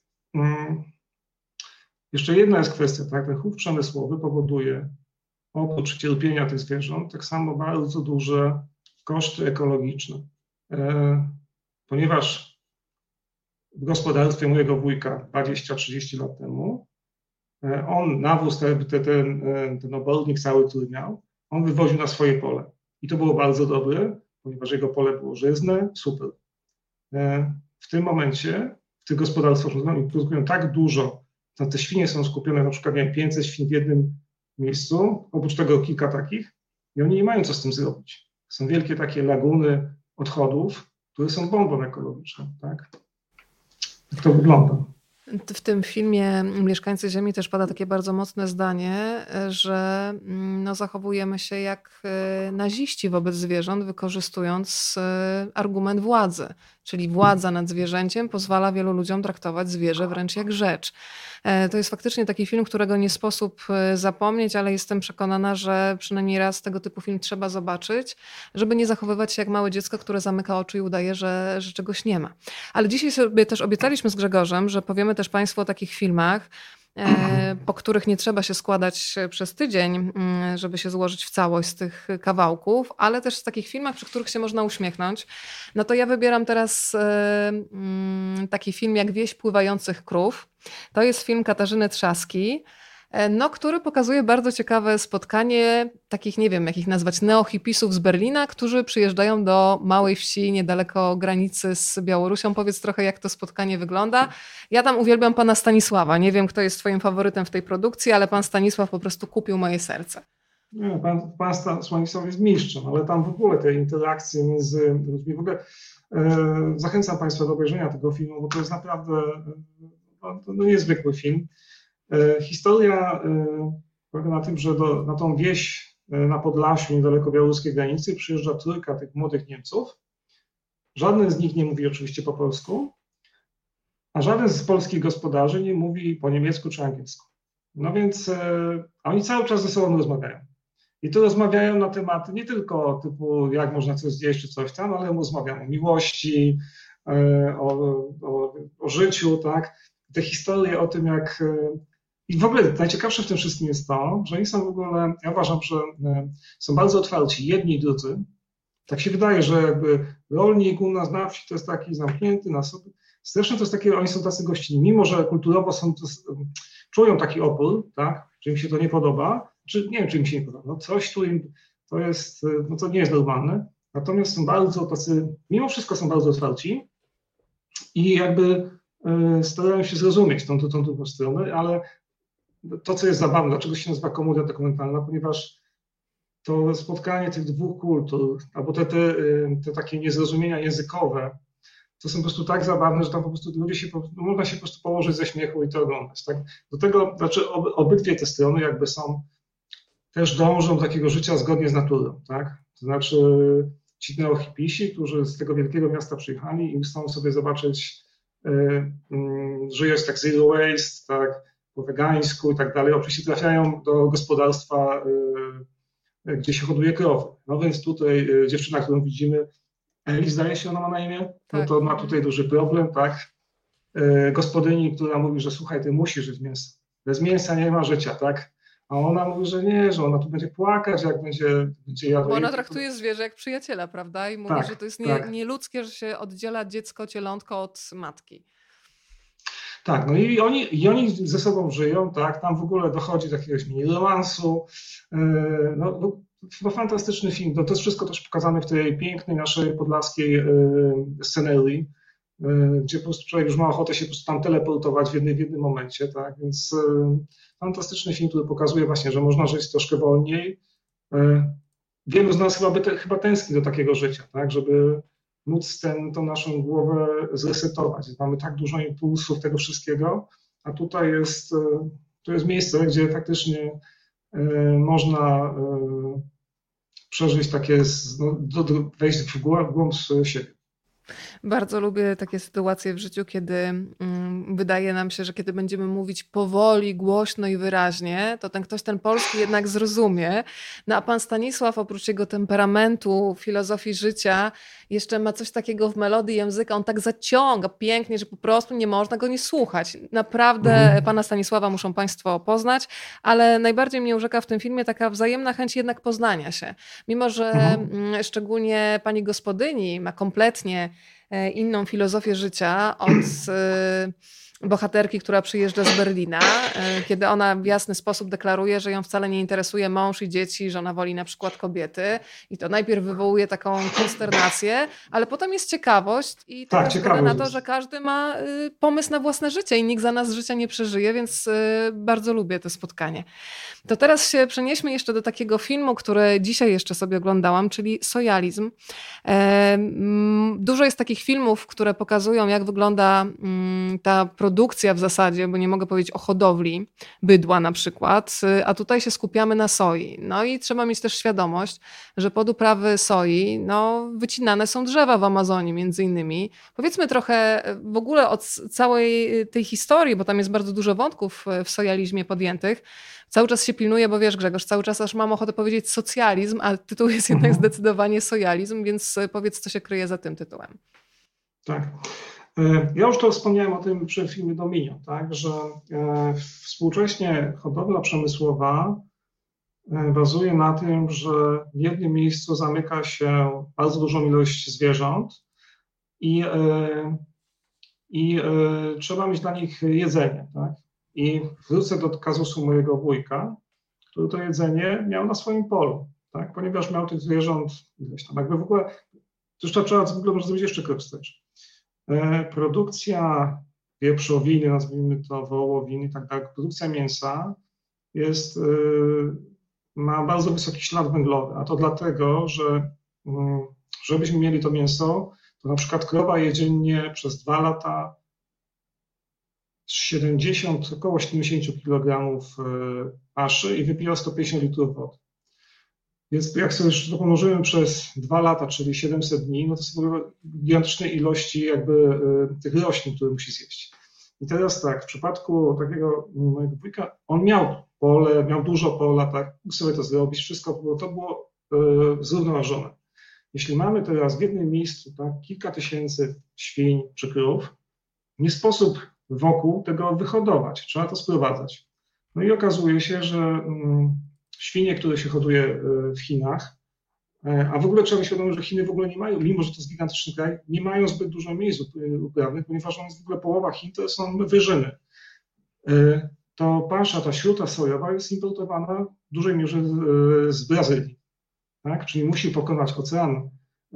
jeszcze jedna jest kwestia, tak? Ten chów przemysłowy powoduje oprócz cierpienia tych zwierząt tak samo bardzo duże koszty ekologiczne, ponieważ w gospodarstwie mojego wujka 20-30 lat temu on nawóz, ten obornik cały, który miał, on wywoził na swoje pole. I to było bardzo dobre, ponieważ jego pole było żyzne, super. W tym momencie w tych gospodarstwach produkują tak dużo, te świnie są skupione, na przykład 500 świń w jednym miejscu, oprócz tego kilka takich, i oni nie mają co z tym zrobić. Są wielkie takie laguny odchodów, które są bombą ekologiczną. Tak? Jak to wygląda?
W tym filmie Mieszkańcy Ziemi też pada takie bardzo mocne zdanie, że no, zachowujemy się jak naziści wobec zwierząt, wykorzystując argument władzy. Czyli władza nad zwierzęciem pozwala wielu ludziom traktować zwierzę wręcz jak rzecz. To jest faktycznie taki film, którego nie sposób zapomnieć, ale jestem przekonana, że przynajmniej raz tego typu film trzeba zobaczyć, żeby nie zachowywać się jak małe dziecko, które zamyka oczy i udaje, że czegoś nie ma. Ale dzisiaj sobie też obiecaliśmy z Grzegorzem, że powiemy też Państwu o takich filmach, po których nie trzeba się składać przez tydzień, żeby się złożyć w całość z tych kawałków, ale też z takich filmach, przy których się można uśmiechnąć. No to ja wybieram teraz taki film jak Wieś pływających krów. To jest film Katarzyny Trzaski, no, który pokazuje bardzo ciekawe spotkanie takich, nie wiem, jak ich nazwać, neohipisów z Berlina, którzy przyjeżdżają do małej wsi niedaleko granicy z Białorusią. Powiedz trochę, jak to spotkanie wygląda. Ja tam uwielbiam pana Stanisława. Nie wiem, kto jest twoim faworytem w tej produkcji, ale pan Stanisław po prostu kupił moje serce.
Nie, pan Stanisław jest mistrzem, ale tam w ogóle te interakcje między ludźmi, w ogóle zachęcam Państwa do obejrzenia tego filmu, bo to jest naprawdę niezwykły film. Historia polega na tym, że na tą wieś na Podlasiu, niedaleko białoruskiej granicy, przyjeżdża trójka tych młodych Niemców. Żaden z nich nie mówi oczywiście po polsku, a żaden z polskich gospodarzy nie mówi po niemiecku czy angielsku. No więc oni cały czas ze sobą rozmawiają. I tu rozmawiają na tematy nie tylko typu jak można coś zjeść czy coś tam, ale rozmawiają o miłości, o życiu, tak? Te historie o tym, jak... I w ogóle najciekawsze w tym wszystkim jest to, że oni są w ogóle, ja uważam, że są bardzo otwarci, jedni i drudzy. Tak się wydaje, że jakby rolnik u nas na wsi to jest taki zamknięty na sobie. Zresztą to jest takie, oni są tacy gościnni, mimo że kulturowo czują taki opór, tak, że im się to nie podoba, czy nie wiem, czy im się nie podoba, no coś tu im, to jest, no to nie jest normalne, natomiast są bardzo tacy, mimo wszystko są bardzo otwarci i jakby starają się zrozumieć tą drugą stronę, ale to, co jest zabawne, dlaczego się nazywa komedia dokumentalna, ponieważ to spotkanie tych dwóch kultur, albo te takie niezrozumienia językowe, to są po prostu tak zabawne, że tam po prostu ludzie można się po prostu położyć ze śmiechu i to oglądać. Tak? Do tego, znaczy obydwie te strony jakby też dążą do takiego życia zgodnie z naturą. Tak? To znaczy ci neohipisi, którzy z tego wielkiego miasta przyjechali i chcą sobie zobaczyć, że jest tak zero waste, tak, po wegańsku i tak dalej. Oczywiście trafiają do gospodarstwa, gdzie się hoduje krowy. No więc tutaj dziewczyna, którą widzimy, Eli, zdaje się, ona ma na imię, no to ma tutaj duży problem, tak? Gospodyni, która mówi, że słuchaj, ty musisz jeść mięso. Bez mięsa nie ma życia, tak? A ona mówi, że nie, że ona tu będzie płakać, jak będzie jadła.
Bo ona traktuje zwierzę jak przyjaciela, prawda? I mówi, że to jest nieludzkie, że się oddziela dziecko, cielątko od matki.
Tak, no i oni ze sobą żyją, tak? Tam w ogóle dochodzi do jakiegoś mini romansu. No fantastyczny film. To jest wszystko też pokazane w tej pięknej naszej podlaskiej scenerii, gdzie po prostu człowiek już ma ochotę się po prostu tam teleportować w jednym momencie, tak? Więc fantastyczny film, który pokazuje właśnie, że można żyć troszkę wolniej. Wielu z nas chyba tęskni do takiego życia, tak? Żeby móc tą naszą głowę zresetować. Mamy tak dużo impulsów tego wszystkiego, a tutaj to jest miejsce, gdzie faktycznie można przeżyć takie, wejść w głąb siebie.
Bardzo lubię takie sytuacje w życiu, kiedy wydaje nam się, że kiedy będziemy mówić powoli, głośno i wyraźnie, to ten polski jednak zrozumie. No a pan Stanisław oprócz jego temperamentu, filozofii życia, jeszcze ma coś takiego w melodii języka, on tak zaciąga pięknie, że po prostu nie można go nie słuchać. Naprawdę pana Stanisława muszą państwo poznać, ale najbardziej mnie urzeka w tym filmie taka wzajemna chęć jednak poznania się. Mimo że szczególnie pani gospodyni ma kompletnie inną filozofię życia od bohaterki, która przyjeżdża z Berlina, kiedy ona w jasny sposób deklaruje, że ją wcale nie interesuje mąż i dzieci, że ona woli na przykład kobiety i to najpierw wywołuje taką konsternację, ale potem jest ciekawość i taka zgoda na to, że każdy ma pomysł na własne życie i nikt za nas życia nie przeżyje, więc bardzo lubię to spotkanie. To teraz się przenieśmy jeszcze do takiego filmu, który dzisiaj jeszcze sobie oglądałam, czyli Sojalizm. Dużo jest takich filmów, które pokazują, jak wygląda ta produkcja w zasadzie, bo nie mogę powiedzieć o hodowli bydła na przykład, a tutaj się skupiamy na soi. No i trzeba mieć też świadomość, że pod uprawy soi wycinane są drzewa w Amazonii między innymi. Powiedzmy trochę w ogóle o całej tej historii, bo tam jest bardzo dużo wątków w sojalizmie podjętych. Cały czas się pilnuję, bo wiesz, Grzegorz, cały czas aż mam ochotę powiedzieć socjalizm, a tytuł jest jednak zdecydowanie sojalizm, więc powiedz, co się kryje za tym tytułem.
Tak. Ja już to wspomniałem o tym przy filmie Dominion, tak, że współcześnie hodowla przemysłowa bazuje na tym, że w jednym miejscu zamyka się bardzo dużą ilość zwierząt i trzeba mieć dla nich jedzenie. Tak? I wrócę do kazusu mojego wujka, który to jedzenie miał na swoim polu, tak? Ponieważ miał tych zwierząt ileś tam. Jakby w ogóle, zresztą trzeba w ogóle może zrobić jeszcze krok wstecz. Produkcja wieprzowiny, nazwijmy to wołowiny i tak dalej, produkcja mięsa ma bardzo wysoki ślad węglowy, a to dlatego, że żebyśmy mieli to mięso, to na przykład krowa je dziennie przez 2 lata około 70 kg paszy i wypija 150 litrów wody. Więc jak sobie to pomnożymy przez 2 lata, czyli 700 dni, no to są gigantyczne ilości jakby tych roślin, które musi zjeść. I teraz tak, w przypadku takiego mojego wujka, on miał pole, miał dużo pola, tak, mógł sobie to zrobić, wszystko, to było zrównoważone. Jeśli mamy teraz w jednym miejscu tak, kilka tysięcy świń czy krów, nie sposób wokół tego wyhodować, trzeba to sprowadzać. No i okazuje się, że świnie, które się hoduje w Chinach, a w ogóle trzeba być świadomym, że Chiny w ogóle nie mają, mimo że to jest gigantyczny kraj, nie mają zbyt dużo miejsc uprawnych, ponieważ on jest w ogóle połowa Chin, to są wyżyny. To pasza, ta śruta sojowa jest importowana w dużej mierze z Brazylii, tak? Czyli musi pokonać ocean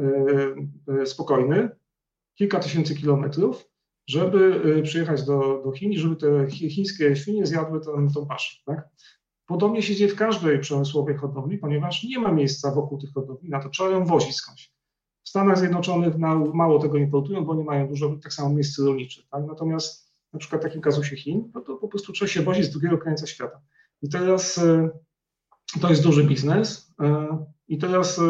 spokojny, kilka tysięcy kilometrów, żeby przyjechać do Chin i żeby te chińskie świnie zjadły tą paszę. Tak? Podobnie się dzieje w każdej przemysłowej hodowli, ponieważ nie ma miejsca wokół tych hodowli, na to trzeba ją wozić skądś. W Stanach Zjednoczonych mało tego importują, bo nie mają dużo tak samo miejsc rolniczych. Tak? Natomiast na przykład w takim kazusie Chin, no to po prostu trzeba się wozić z drugiego krańca świata. I teraz to jest duży biznes i teraz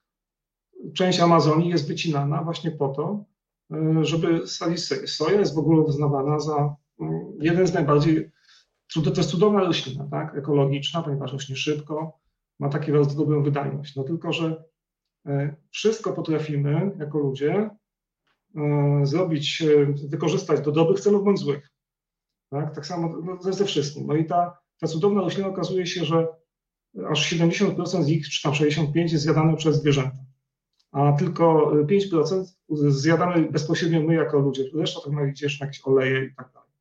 część Amazonii jest wycinana właśnie po to, żeby sadzić soję. Soja jest w ogóle uznawana za jeden z najbardziej, to jest cudowna roślina, tak? Ekologiczna, ponieważ rośnie szybko, ma takie bardzo dobrą wydajność. No tylko, że wszystko potrafimy jako ludzie zrobić, wykorzystać do dobrych celów bądź złych. Tak, tak samo ze wszystkim. No i ta cudowna roślina okazuje się, że aż 70% z nich, czy tam 65% jest zjadane przez zwierzęta, a tylko 5% zjadamy bezpośrednio my jako ludzie. Reszta to ma gdzieś jakieś oleje i tak dalej.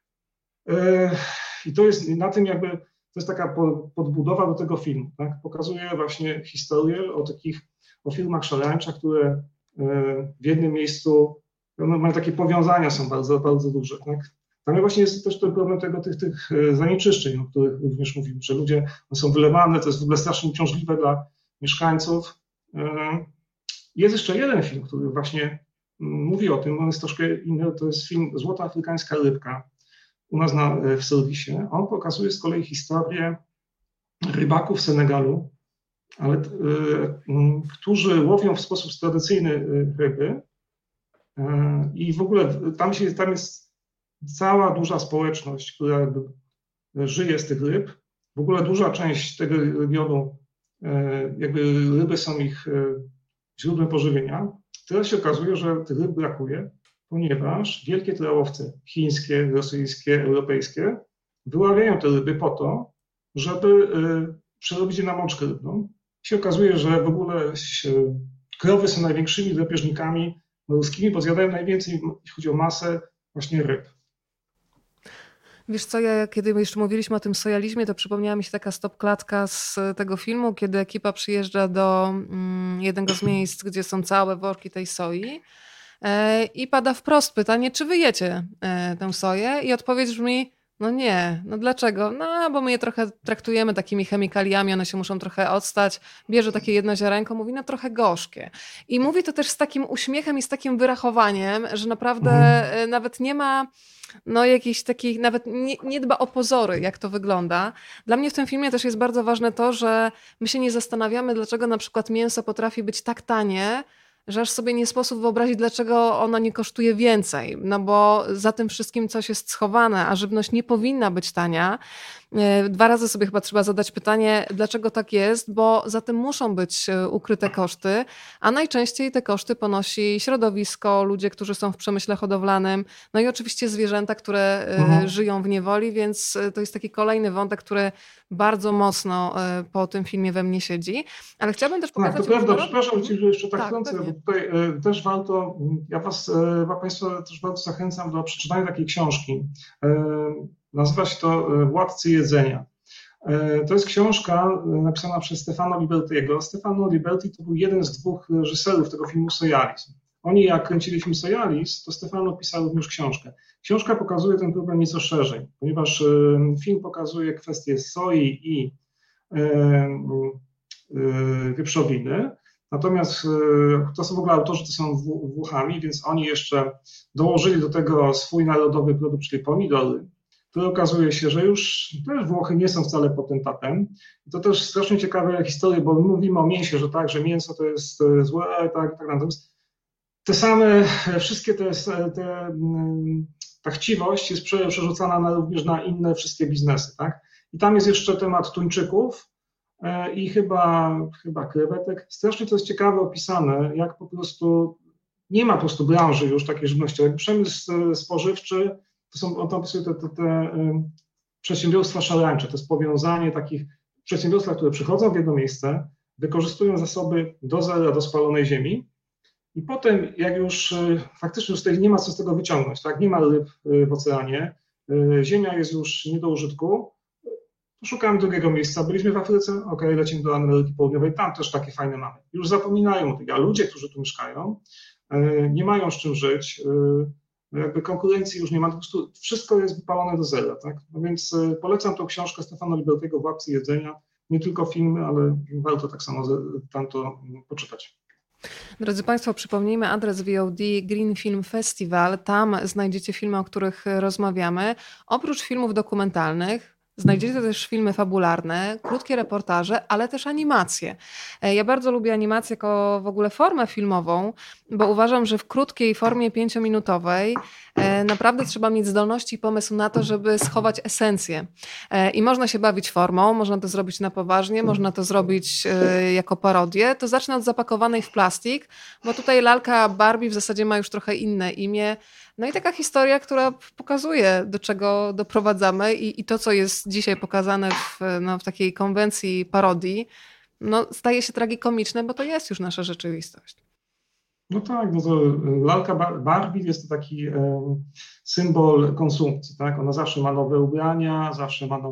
I to jest na tym jakby, to jest taka podbudowa do tego filmu. Tak? Pokazuje właśnie historię o firmach szaleńczych, które w jednym miejscu, mają takie powiązania, są bardzo, bardzo duże. Tak? Tam właśnie jest też ten problem tych zanieczyszczeń, o których również mówimy, że ludzie są wylewane, to jest w ogóle strasznie uciążliwe dla mieszkańców. Jest jeszcze jeden film, który właśnie mówi o tym, on jest troszkę inny, to jest film Złota afrykańska rybka, u nas w serwisie. On pokazuje z kolei historię rybaków Senegalu, którzy łowią w sposób tradycyjny ryby i w ogóle tam jest cała duża społeczność, która jakby żyje z tych ryb. W ogóle duża część tego regionu, jakby ryby są ich źródłem pożywienia. Teraz się okazuje, że tych ryb brakuje, ponieważ wielkie trawowce chińskie, rosyjskie, europejskie wyławiają te ryby po to, żeby przerobić je na mączkę rybną. I się okazuje, że w ogóle krowy są największymi drapieżnikami morskimi, bo zjadają najwięcej, jeśli chodzi o masę, właśnie ryb.
Wiesz co, kiedy jeszcze mówiliśmy o tym sojalizmie, to przypomniała mi się taka stopklatka z tego filmu, kiedy ekipa przyjeżdża do jednego z miejsc, gdzie są całe worki tej soi i pada wprost pytanie, czy wy jecie tę soję? I odpowiedź brzmi, No nie, no dlaczego? No, bo my je trochę traktujemy takimi chemikaliami, one się muszą trochę odstać. Bierze takie jedno ziarenko, mówi, no trochę gorzkie. I mówi to też z takim uśmiechem i z takim wyrachowaniem, że naprawdę
Mhm.
nawet nie ma no jakichś takich, nawet nie dba o pozory, jak to wygląda. Dla mnie w tym filmie też jest bardzo ważne to, że my się nie zastanawiamy, dlaczego na przykład mięso potrafi być tak tanie, że aż sobie nie sposób wyobrazić, dlaczego ono nie kosztuje więcej. No bo za tym wszystkim coś jest schowane, a żywność nie powinna być tania. Dwa razy sobie chyba trzeba zadać pytanie, dlaczego tak jest, bo za tym muszą być ukryte koszty, a najczęściej te koszty ponosi środowisko, ludzie, którzy są w przemyśle hodowlanym, no i oczywiście zwierzęta, które
Mhm.
żyją w niewoli, więc to jest taki kolejny wątek, który bardzo mocno po tym filmie we mnie siedzi. Ale chciałabym też
Tak, to
pokazać
prawda.
różnorodność.
Przepraszam Cię, że jeszcze tak
Tak,
wtrącę, bo
pewnie.
tutaj też warto, ja Państwa też bardzo zachęcam do przeczytania takiej książki. Nazywa się to Władcy jedzenia. To jest książka napisana przez Stefano Libertiego. Stefano Liberti to był jeden z dwóch reżyserów tego filmu Sojalis. Oni jak kręcili film Sojalis, to Stefano pisał również książkę. Książka pokazuje ten problem nieco szerzej, ponieważ film pokazuje kwestię soi i wieprzowiny. Natomiast to są w ogóle autorzy, to są Włochami, więc oni jeszcze dołożyli do tego swój narodowy produkt, czyli pomidory, który okazuje się, że już też Włochy nie są wcale potentatem. I to też strasznie ciekawe historie, bo my mówimy o mięsie, że tak, że mięso to jest złe, tak. Natomiast te same, wszystkie ta chciwość jest przerzucana również na inne wszystkie biznesy, tak? I tam jest jeszcze temat tuńczyków, i chyba krewetek. Strasznie to jest ciekawe opisane, jak po prostu nie ma po prostu branży już takiej żywnościowej. Przemysł spożywczy on tam opisuje te przedsiębiorstwa szarańcze, to jest powiązanie takich przedsiębiorstw, które przychodzą w jedno miejsce, wykorzystują zasoby do zera, do spalonej ziemi i potem jak już faktycznie już tutaj nie ma co z tego wyciągnąć, tak? Nie ma ryb w oceanie, ziemia jest już nie do użytku, szukamy drugiego miejsca. Byliśmy w Afryce, lecimy do Ameryki Południowej, tam też takie fajne mamy. Już zapominają o tym, a ludzie, którzy tu mieszkają, nie mają z czym żyć, jakby konkurencji już nie ma, po prostu wszystko jest wypalone do zera, tak? No więc polecam tą książkę Stefana Libertiego Władcy jedzenia, nie tylko filmy, ale warto tak samo tam to poczytać.
Drodzy Państwo, przypomnijmy adres VOD Green Film Festival. Tam znajdziecie filmy, o których rozmawiamy. Oprócz filmów dokumentalnych znajdziecie też filmy fabularne, krótkie reportaże, ale też animacje. Ja bardzo lubię animację jako w ogóle formę filmową, bo uważam, że w krótkiej formie 5-minutowej naprawdę trzeba mieć zdolności i pomysł na to, żeby schować esencję. I można się bawić formą, można to zrobić na poważnie, można to zrobić jako parodię. To zacznę od zapakowanej w plastik, bo tutaj lalka Barbie w zasadzie ma już trochę inne imię. No i taka historia, która pokazuje, do czego doprowadzamy i to, co jest dzisiaj pokazane w takiej konwencji parodii, no, staje się tragikomiczne, bo to jest już nasza rzeczywistość.
No tak, no to lalka Barbie jest to taki symbol konsumpcji, tak? Ona zawsze ma nowe ubrania, zawsze ma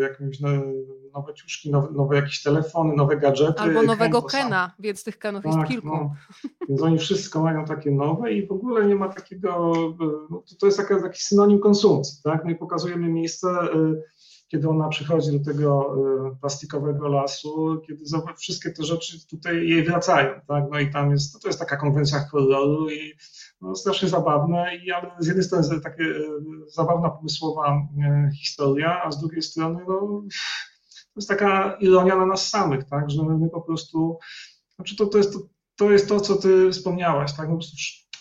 nowe ciuszki, nowe jakieś telefony, nowe gadżety.
Albo
Ken
nowego
to samo.
Kena, więc tych Kenów jest
Tak,
kilku.
no. Więc oni wszystko mają takie nowe i w ogóle nie ma takiego, no, to jest taki synonim konsumpcji, tak? No i pokazujemy miejsce, kiedy ona przychodzi do tego plastikowego lasu, kiedy wszystkie te rzeczy tutaj jej wracają, tak? No i tam to jest taka konwencja horroru i no, strasznie zabawne, ale z jednej strony jest takie zabawna, pomysłowa historia, a z drugiej strony no, to jest taka ironia na nas samych, tak? Że my po prostu, znaczy to jest to, co ty wspomniałaś, tak? No po prostu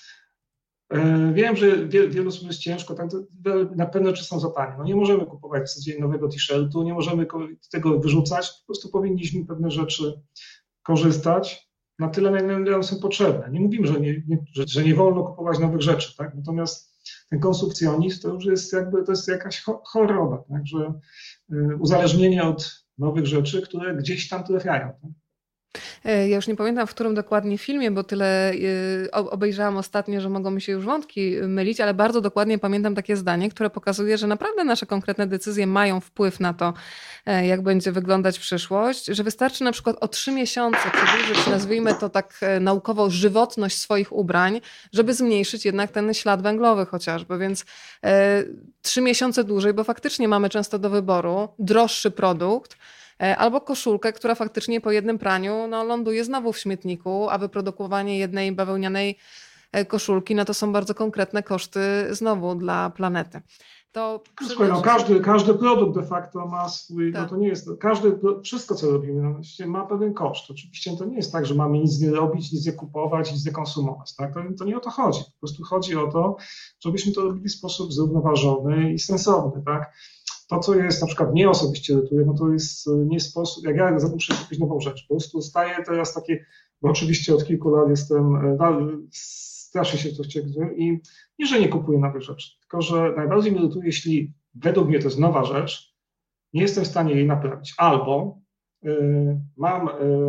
wiem, że wielu słów jest ciężko, tak, na pewne rzeczy są za tanie. No nie możemy kupować w zasadzie nowego t-shirtu, nie możemy tego wyrzucać, po prostu powinniśmy pewne rzeczy korzystać na tyle, na ile one są potrzebne. Nie mówimy, że nie wolno kupować nowych rzeczy, tak? Natomiast ten konsumpcjonizm to już jest to jest jakaś choroba, tak? Że uzależnienie od nowych rzeczy, które gdzieś tam trafiają. Tak?
Ja już nie pamiętam, w którym dokładnie filmie, bo tyle obejrzałam ostatnio, że mogą mi się już wątki mylić, ale bardzo dokładnie pamiętam takie zdanie, które pokazuje, że naprawdę nasze konkretne decyzje mają wpływ na to, jak będzie wyglądać przyszłość, że wystarczy na przykład o 3 miesiące przedłużyć, nazwijmy to tak naukowo, żywotność swoich ubrań, żeby zmniejszyć jednak ten ślad węglowy chociażby, więc 3 miesiące dłużej, bo faktycznie mamy często do wyboru droższy produkt, albo koszulkę, która faktycznie po jednym praniu ląduje znowu w śmietniku, a wyprodukowanie jednej bawełnianej koszulki, to są bardzo konkretne koszty znowu dla planety. To
Słuchaj, każdy produkt de facto ma swój,
tak.
to nie jest, wszystko co robimy na świecie ma pewien koszt. Oczywiście to nie jest tak, że mamy nic nie robić, nic nie kupować, nic nie konsumować. Tak? To nie o to chodzi. Po prostu chodzi o to, żebyśmy to robili w sposób zrównoważony i sensowny. Tak? To, co jest na przykład mnie osobiście irytuje, to jest nie sposób, jak ja muszę kupić nową rzecz. Po prostu staję teraz takie, bo oczywiście od kilku lat strasznie się to wściekłem i nie, że nie kupuję nowych rzeczy, tylko że najbardziej mnie irytuje, jeśli według mnie to jest nowa rzecz, nie jestem w stanie jej naprawić. Albo mam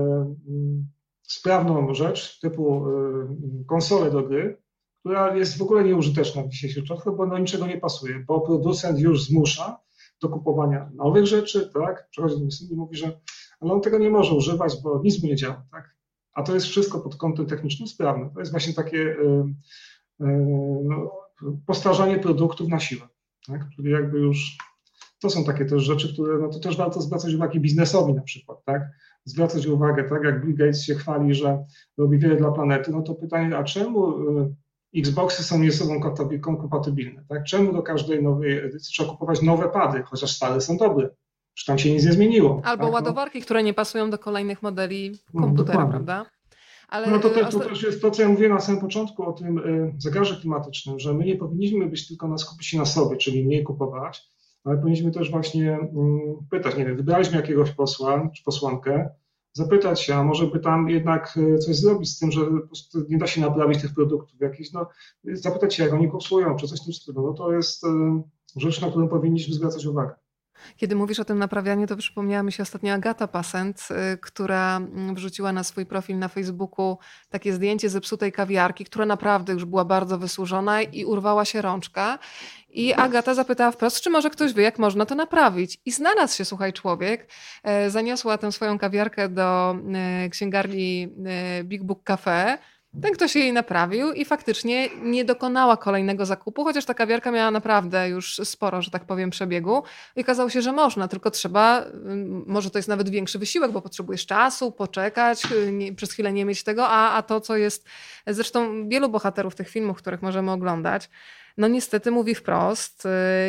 sprawną rzecz typu konsolę do gry, która jest w ogóle nieużyteczna w dzisiejszych czasach, bo niczego nie pasuje, bo producent już zmusza do kupowania nowych rzeczy, tak? Przychodzi do mnie syn i mówi, że ale on tego nie może używać, bo nic mu nie działa, tak? A to jest wszystko pod kątem technicznym sprawne. To jest właśnie takie postarzanie produktów na siłę, tak? Czyli jakby już to są takie też rzeczy, które to też warto zwracać uwagę biznesowi na przykład, tak? Zwracać uwagę, tak jak Bill Gates się chwali, że robi wiele dla planety, to pytanie, a czemu Xboxy są nie ze sobą kompatybilne, tak? Czemu do każdej nowej edycji trzeba kupować nowe pady, chociaż stare są dobre? Czy tam się nic nie zmieniło?
Albo
tak?
ładowarki, które nie pasują do kolejnych modeli komputera, prawda?
Ale to też jest to, co ja mówiłem na samym początku o tym zegarze klimatycznym, że my nie powinniśmy być tylko skupić się na sobie, czyli mniej kupować, ale powinniśmy też właśnie pytać, nie wiem, wybraliśmy jakiegoś posła czy posłankę, zapytać się, a może by tam jednak coś zrobić z tym, że po prostu nie da się naprawić tych produktów jakichś, zapytać się, jak oni głosują, czy coś w tym stylu. To jest rzecz, na którą powinniśmy zwracać uwagę.
Kiedy mówisz o tym naprawianiu, to przypomniała mi się ostatnio Agata Passent, która wrzuciła na swój profil na Facebooku takie zdjęcie zepsutej kawiarki, która naprawdę już była bardzo wysłużona i urwała się rączka. I Agata zapytała wprost, czy może ktoś wie, jak można to naprawić. I znalazł się, słuchaj, człowiek. Zaniosła tę swoją kawiarkę do księgarni Big Book Cafe. Ten ktoś jej naprawił i faktycznie nie dokonała kolejnego zakupu, chociaż ta kawiarka miała naprawdę już sporo, że tak powiem, przebiegu. I okazało się, że można, tylko trzeba, może to jest nawet większy wysiłek, bo potrzebujesz czasu, poczekać, przez chwilę nie mieć tego, a to, co jest zresztą wielu bohaterów tych filmów, których możemy oglądać, niestety mówi wprost.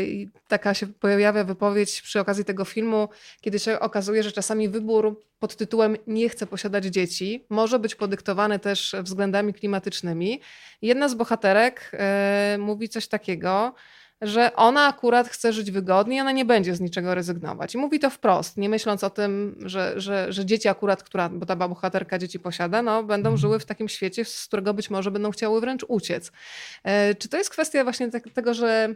Taka się pojawia wypowiedź przy okazji tego filmu, kiedy się okazuje, że czasami wybór pod tytułem "nie chcę posiadać dzieci" może być podyktowany też względami klimatycznymi. Jedna z bohaterek mówi coś takiego, że ona akurat chce żyć wygodnie, ona nie będzie z niczego rezygnować. I mówi to wprost, nie myśląc o tym, że dzieci akurat, bo ta bohaterka dzieci posiada, będą żyły w takim świecie, z którego być może będą chciały wręcz uciec. Czy to jest kwestia właśnie tego, że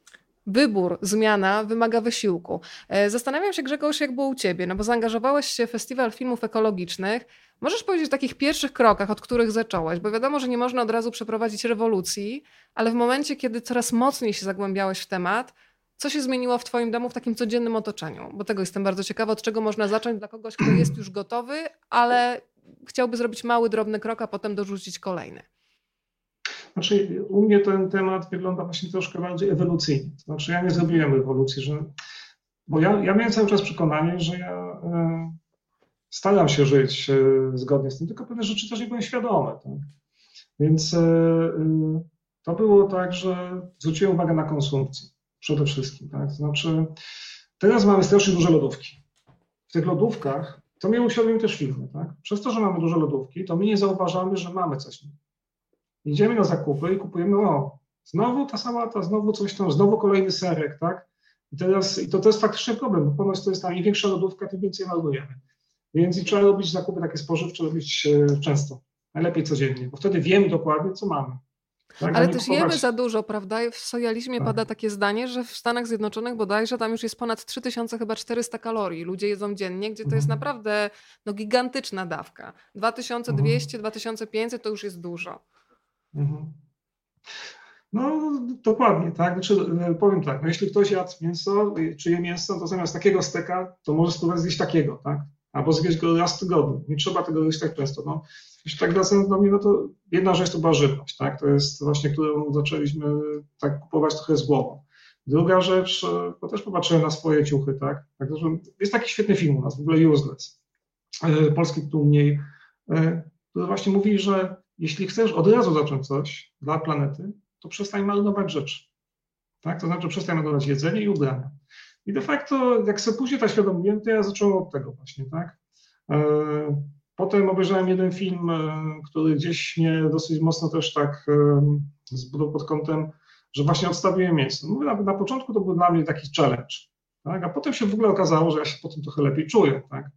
wybór, zmiana wymaga wysiłku? Zastanawiam się, Grzegorz, jak było u ciebie, bo zaangażowałeś się w Festiwal Filmów Ekologicznych. Możesz powiedzieć o takich pierwszych krokach, od których zacząłeś? Bo wiadomo, że nie można od razu przeprowadzić rewolucji, ale w momencie, kiedy coraz mocniej się zagłębiałeś w temat, co się zmieniło w twoim domu, w takim codziennym otoczeniu? Bo tego jestem bardzo ciekawa, od czego można zacząć dla kogoś, kto jest już gotowy, ale chciałby zrobić mały, drobny krok, a potem dorzucić kolejny.
Znaczy, u mnie ten temat wygląda właśnie troszkę bardziej ewolucyjnie. To znaczy, ja nie zrobiłem rewolucji, bo ja miałem cały czas przekonanie, że ja staram się żyć zgodnie z tym, tylko pewne rzeczy też nie byłem świadomy. Tak? Więc to było tak, że zwróciłem uwagę na konsumpcję przede wszystkim. Tak? To znaczy, teraz mamy strasznie duże lodówki. W tych lodówkach, to mnie uświadomiły też filmy, tak? Przez to, że mamy duże lodówki, to my nie zauważamy, że mamy coś. Idziemy na zakupy i kupujemy, znowu ta sałata, znowu coś tam, znowu kolejny serek, tak? I to jest faktycznie problem, bo ponoć to jest tam im większa lodówka, tym więcej marnujemy. Więc trzeba robić zakupy takie spożywcze, robić często, najlepiej codziennie, bo wtedy wiemy dokładnie, co mamy. tak, a
Ale
nie
też jemy
kupować.
za dużo, prawda? W sojalizmie
Tak.
pada takie zdanie, że w Stanach Zjednoczonych bodajże tam już jest ponad 3000 chyba 400 kalorii. Ludzie jedzą dziennie, gdzie to jest
Mhm.
naprawdę no, gigantyczna dawka.
Mhm.
2200, 2500 to już jest dużo.
Mhm. No, dokładnie, tak. Znaczy, powiem tak, no jeśli ktoś jadł mięso, czy je mięso, to zamiast takiego steka, to może spróbować zjeść takiego, tak? Albo zjeść go raz w tygodniu. Nie trzeba tego jeść tak często. No, jeśli tak wracając do mnie, no to jedna rzecz to była żywność, tak? To jest właśnie, którą zaczęliśmy tak kupować trochę z głową. Druga rzecz, to też popatrzyłem na swoje ciuchy, tak? Także jest taki świetny film u nas, w ogóle Useless. Polski tytuł mniej, który właśnie mówi, że jeśli chcesz od razu zacząć coś dla planety, to przestań marnować rzeczy. Tak? To znaczy przestań marnować jedzenie i ubrania. I de facto, jak sobie później to uświadomiłem, to ja zacząłem od tego właśnie, tak? Potem obejrzałem jeden film, który gdzieś mnie dosyć mocno też tak zbudował pod kątem, że właśnie odstawiłem mięso. Mówię, na początku to był dla mnie taki challenge, tak? A potem się w ogóle okazało, że ja się po tym trochę lepiej czuję, tak?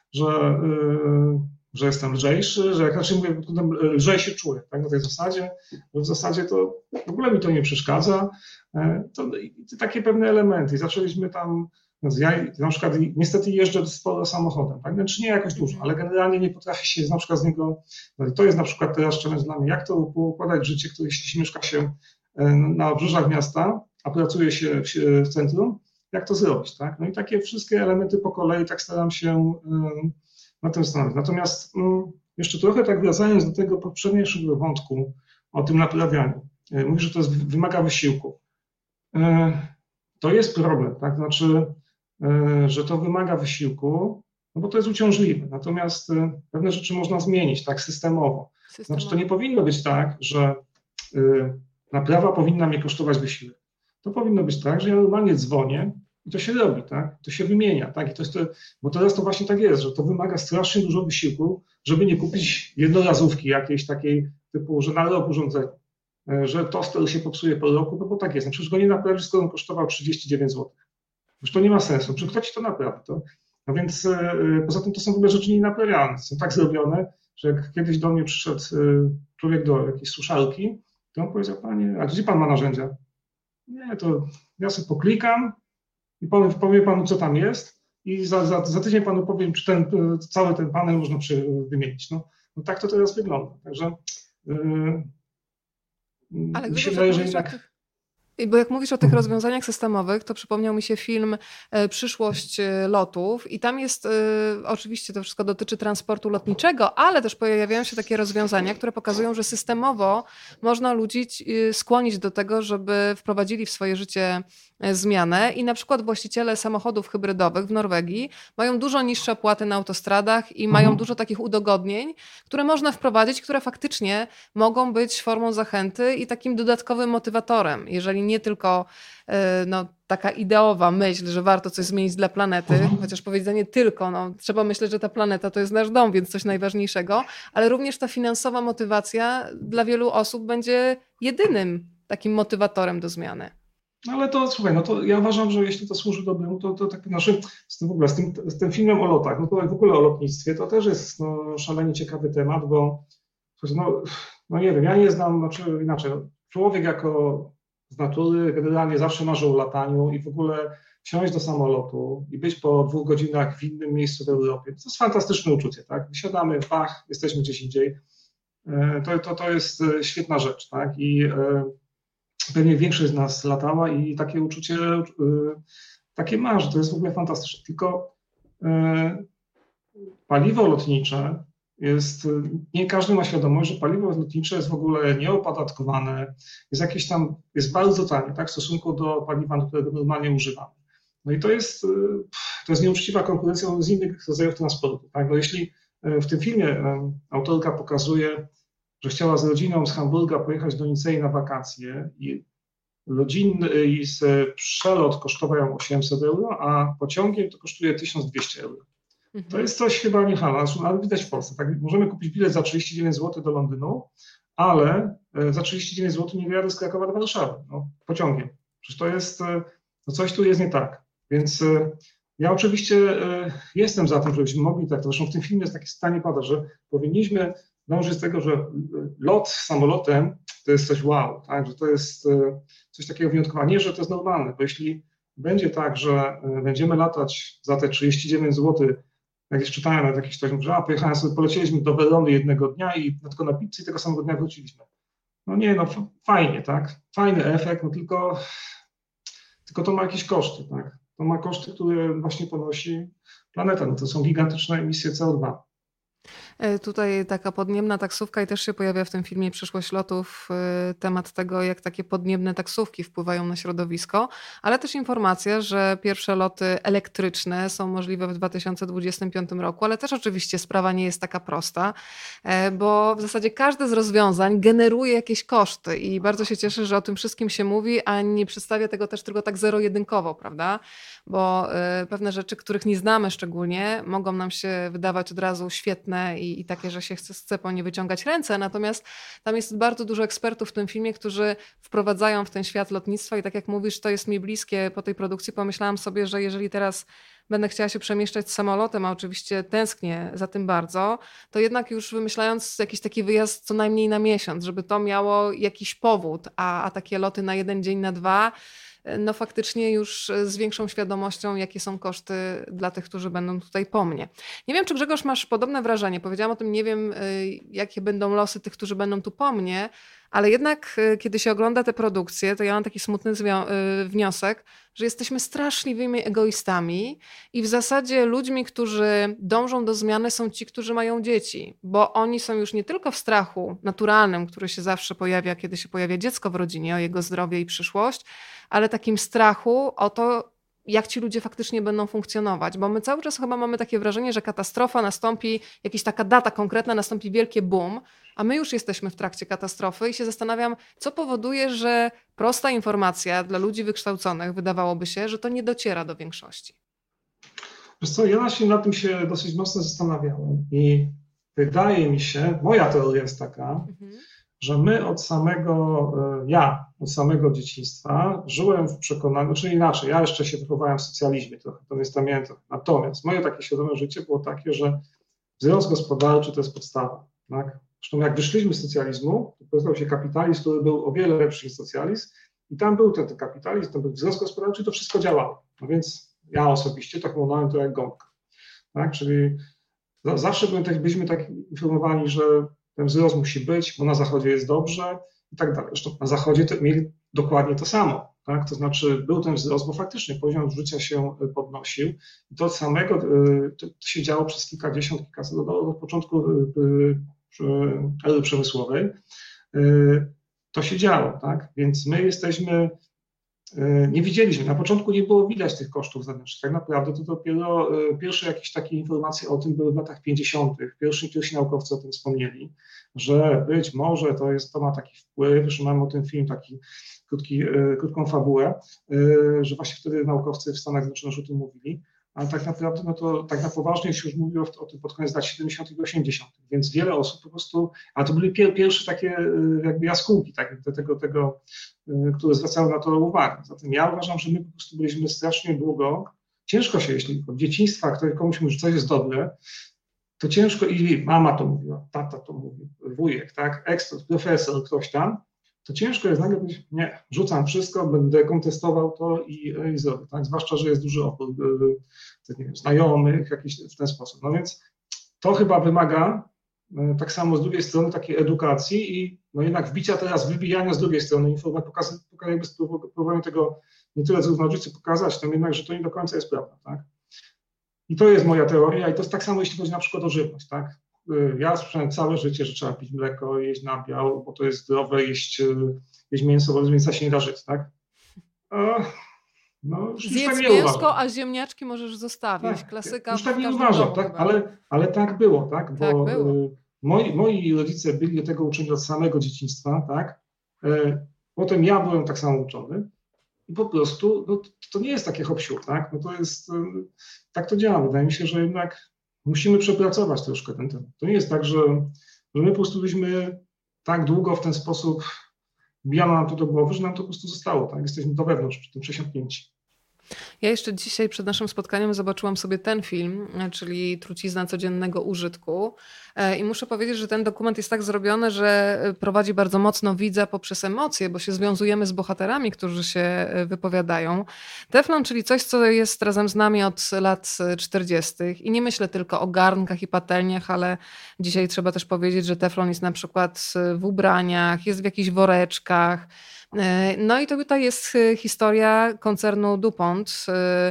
Że jestem lżejszy, że jak znaczy mówię, potem lżej się czuję, tak, na tej zasadzie, że w zasadzie to w ogóle mi to nie przeszkadza. To takie pewne elementy. I zaczęliśmy tam, ja na przykład niestety jeżdżę sporo samochodem, tak, znaczy nie jakoś dużo, ale generalnie nie potrafię się na przykład z niego, to jest na przykład teraz challenge dla mnie, jak to poukładać życie, które jeśli mieszka się na obrzeżach miasta, a pracuje się w centrum, jak to zrobić, tak? No i takie wszystkie elementy po kolei tak staram się na tym zastanowić. Natomiast jeszcze trochę tak wracając do tego poprzedniejszego wątku o tym naprawianiu. Mówię, że to wymaga wysiłku. To jest problem, tak? Znaczy, że to wymaga wysiłku, no bo to jest uciążliwe. Natomiast pewne rzeczy można zmienić, tak, systemowo. Znaczy, to nie powinno być tak, że naprawa powinna mnie kosztować wysiłek. To powinno być tak, że ja normalnie dzwonię i to się robi, tak? To się wymienia, tak? I to jest to, bo teraz to właśnie tak jest, że to wymaga strasznie dużo wysiłku, żeby nie kupić jednorazówki jakiejś takiej typu, że na rok urządzenia, że toster się popsuje po roku, no bo tak jest. No przecież go nie naprawisz, skoro on kosztował 39 zł. Już to nie ma sensu. Czy kto ci to naprawi? No więc poza tym to są w ogóle rzeczy nienaprawialne. Są tak zrobione, że jak kiedyś do mnie przyszedł człowiek do jakiejś suszarki, to on powiedział, panie, a gdzie pan ma narzędzia? Nie, to ja sobie poklikam i powiem panu, co tam jest i za tydzień panu powiem, czy cały ten panel można wymienić. No tak to teraz wygląda. Także
Ale
mi
gdyby
się
tak
wydaje, że
mówić o
jednak...
tych bo jak mówisz o tych rozwiązaniach systemowych, to przypomniał mi się film Przyszłość lotów i tam jest, oczywiście to wszystko dotyczy transportu lotniczego, ale też pojawiają się takie rozwiązania, które pokazują, że systemowo można ludzi skłonić do tego, żeby wprowadzili w swoje życie zmianę i na przykład właściciele samochodów hybrydowych w Norwegii mają dużo niższe opłaty na autostradach i mają dużo takich udogodnień, które można wprowadzić, które faktycznie mogą być formą zachęty i takim dodatkowym motywatorem, jeżeli nie tylko no, taka ideowa myśl, że warto coś zmienić dla planety, chociaż powiedzenie tylko, no, trzeba myśleć, że ta planeta to jest nasz dom, więc coś najważniejszego, ale również ta finansowa motywacja dla wielu osób będzie jedynym takim motywatorem do zmiany.
No ale to słuchaj, no to ja uważam, że jeśli to służy dobremu, to tak znaczy z tym filmem o lotach, no to w ogóle o lotnictwie, to też jest no, szalenie ciekawy temat, bo no nie wiem, ja nie znam, znaczy inaczej, no, człowiek jako z natury generalnie zawsze marzy o lataniu i w ogóle wsiąść do samolotu i być po 2 godzinach w innym miejscu w Europie, to jest fantastyczne uczucie, tak? Wysiadamy, pach, jesteśmy gdzieś indziej. To jest świetna rzecz, tak? I pewnie większość z nas latała i takie uczucie, takie marzy, to jest w ogóle fantastyczne. Tylko paliwo lotnicze jest, nie każdy ma świadomość, że paliwo lotnicze jest w ogóle nieopodatkowane, jest jakieś tam, jest bardzo tanie, tak, w stosunku do paliwa, którego normalnie używamy. No i to jest nieuczciwa konkurencja z innych rodzajów transportu, tak, no jeśli w tym filmie autorka pokazuje, że chciała z rodziną z Hamburga pojechać do Nicei na wakacje i przelot kosztował ją 800 euro, a pociągiem to kosztuje 1200 euro. To jest coś chyba niechalne, ale widać w Polsce. Tak? Możemy kupić bilet za 39 zł do Londynu, ale za 39 zł nie wyjadę z Krakowa do Warszawy pociągiem. Przecież to jest, no coś tu jest nie tak. Więc ja oczywiście jestem za tym, żebyśmy mogli tak, zresztą w tym filmie jest takie stanie pada, że powinniśmy dąży z tego, że lot samolotem to jest coś wow, tak? Że to jest coś takiego wyjątkowego, nie, że to jest normalne, bo jeśli będzie tak, że będziemy latać za te 39 zł, jak już czytałem nawet jakiś ktoś mówi, że pojechałem sobie, polecieliśmy do Werony jednego dnia i tylko na pizzę i tego samego dnia wróciliśmy. No nie, no fajnie, tak? Fajny efekt, no tylko to ma jakieś koszty, tak? To ma koszty, które właśnie ponosi planeta. No to są gigantyczne emisje CO2.
Tutaj taka podniebna taksówka i też się pojawia w tym filmie Przyszłość lotów temat tego, jak takie podniebne taksówki wpływają na środowisko, ale też informacja, że pierwsze loty elektryczne są możliwe w 2025 roku, ale też oczywiście sprawa nie jest taka prosta, bo w zasadzie każde z rozwiązań generuje jakieś koszty i bardzo się cieszę, że o tym wszystkim się mówi, a nie przedstawia tego też tylko tak zero-jedynkowo, prawda? Bo pewne rzeczy, których nie znamy szczególnie, mogą nam się wydawać od razu świetne i takie, że się chce po nie wyciągać ręce, natomiast tam jest bardzo dużo ekspertów w tym filmie, którzy wprowadzają w ten świat lotnictwa i tak jak mówisz, to jest mi bliskie po tej produkcji, pomyślałam sobie, że jeżeli teraz będę chciała się przemieszczać samolotem, a oczywiście tęsknię za tym bardzo, to jednak już wymyślając jakiś taki wyjazd co najmniej na miesiąc, żeby to miało jakiś powód, a takie loty na jeden dzień, na dwa, no faktycznie już z większą świadomością, jakie są koszty dla tych, którzy będą tutaj po mnie. Nie wiem, czy Grzegorz masz podobne wrażenie. Powiedziałam o tym, nie wiem, jakie będą losy tych, którzy będą tu po mnie, ale jednak kiedy się ogląda te produkcje, to ja mam taki smutny wniosek, że jesteśmy straszliwymi egoistami i w zasadzie ludźmi, którzy dążą do zmiany są ci, którzy mają dzieci, bo oni są już nie tylko w strachu naturalnym, który się zawsze pojawia, kiedy się pojawia dziecko w rodzinie, o jego zdrowie i przyszłość, ale takim strachu o to, jak ci ludzie faktycznie będą funkcjonować, bo my cały czas chyba mamy takie wrażenie, że katastrofa nastąpi, jakaś taka data konkretna, nastąpi wielkie boom, a my już jesteśmy w trakcie katastrofy i się zastanawiam, co powoduje, że prosta informacja dla ludzi wykształconych, wydawałoby się, że to nie dociera do większości.
Wiesz co, ja się nad tym się dosyć mocno zastanawiałem i wydaje mi się, moja teoria jest taka, że my od samego dzieciństwa żyłem w przekonaniu, czy inaczej, ja jeszcze się wychowałem w socjalizmie trochę, to jest tam. Natomiast moje takie świadome życie było takie, że wzrost gospodarczy to jest podstawa, tak? Zresztą jak wyszliśmy z socjalizmu, to powstał się kapitalizm, który był o wiele lepszy niż socjalizm i tam był ten kapitalizm, tam był wzrost gospodarczy, to wszystko działało. No więc ja osobiście to chłonąłem to jak gąbka, tak? Czyli zawsze byliśmy tak informowani, że ten wzrost musi być, bo na Zachodzie jest dobrze i tak dalej. Zresztą na Zachodzie mieli dokładnie to samo, tak? To znaczy był ten wzrost, bo faktycznie poziom życia się podnosił i to samego to się działo przez kilkaset, od początku ery przemysłowej to się działo, tak? Więc my nie widzieliśmy, na początku nie było widać tych kosztów zewnętrznych. Tak naprawdę to dopiero pierwsze jakieś takie informacje o tym były w latach 50. Pierwsi naukowcy o tym wspomnieli, że być może to ma taki wpływ, że mamy o tym film krótką fabułę, że właśnie wtedy naukowcy w Stanach Zjednoczonych o tym mówili, ale tak naprawdę no to tak na poważnie się już mówiło o tym pod koniec lat 70. i 80. Więc wiele osób po prostu, a to były pierwsze takie jakby jaskółki tego, które zwracały na to uwagę. Zatem ja uważam, że my po prostu byliśmy strasznie długo, ciężko się, jeśli od dzieciństwa ktoś komuś mówi, że coś jest dobre, to ciężko i mama to mówiła, tata to mówił, wujek, tak, ekspert, profesor, ktoś tam, to ciężko jest nagle powiedzieć, nie, rzucam wszystko, będę kontestował to i zrobię, tak? Zwłaszcza, że jest duży opór nie wiem, znajomych jakiś w ten sposób. No więc to chyba wymaga tak samo z drugiej strony takiej edukacji i no jednak wybijania z drugiej strony jakby spróbujemy tego nie tyle zrównoważyć, co pokazać tam jednak, że to nie do końca jest prawda, tak? I to jest moja teoria i to jest tak samo, jeśli chodzi na przykład o żywność, tak? Ja słyszałem całe życie, że trzeba pić mleko, jeść nabiał, bo to jest zdrowe, jeść mięso, bo z mięsa się nie da żyć, tak? No, już tak nie
mięsko,
uważam.
a ziemniaczki możesz zostawić.
Tak,
Klasyka.
już tak nie uważam, tak? Ale tak było, tak? Bo
tak było.
Moi rodzice byli do tego uczeni od samego dzieciństwa, tak? Potem ja byłem tak samo uczony i po prostu no, to nie jest takie hop-siup, tak? No to jest, tak to działa. Wydaje mi się, że jednak musimy przepracować troszkę ten temat. To nie jest tak, że my po prostu byliśmy tak długo w ten sposób wbijano nam to do głowy, że nam to po prostu zostało, tak? Jesteśmy do wewnątrz przy tym przesiąknięci.
Ja jeszcze dzisiaj przed naszym spotkaniem zobaczyłam sobie ten film, czyli Trucizna codziennego użytku. I muszę powiedzieć, że ten dokument jest tak zrobiony, że prowadzi bardzo mocno widza poprzez emocje, bo się związujemy z bohaterami, którzy się wypowiadają. Teflon, czyli coś, co jest razem z nami od lat 40. I nie myślę tylko o garnkach i patelniach, ale dzisiaj trzeba też powiedzieć, że teflon jest na przykład w ubraniach, jest w jakichś woreczkach. No i to tutaj jest historia koncernu DuPont,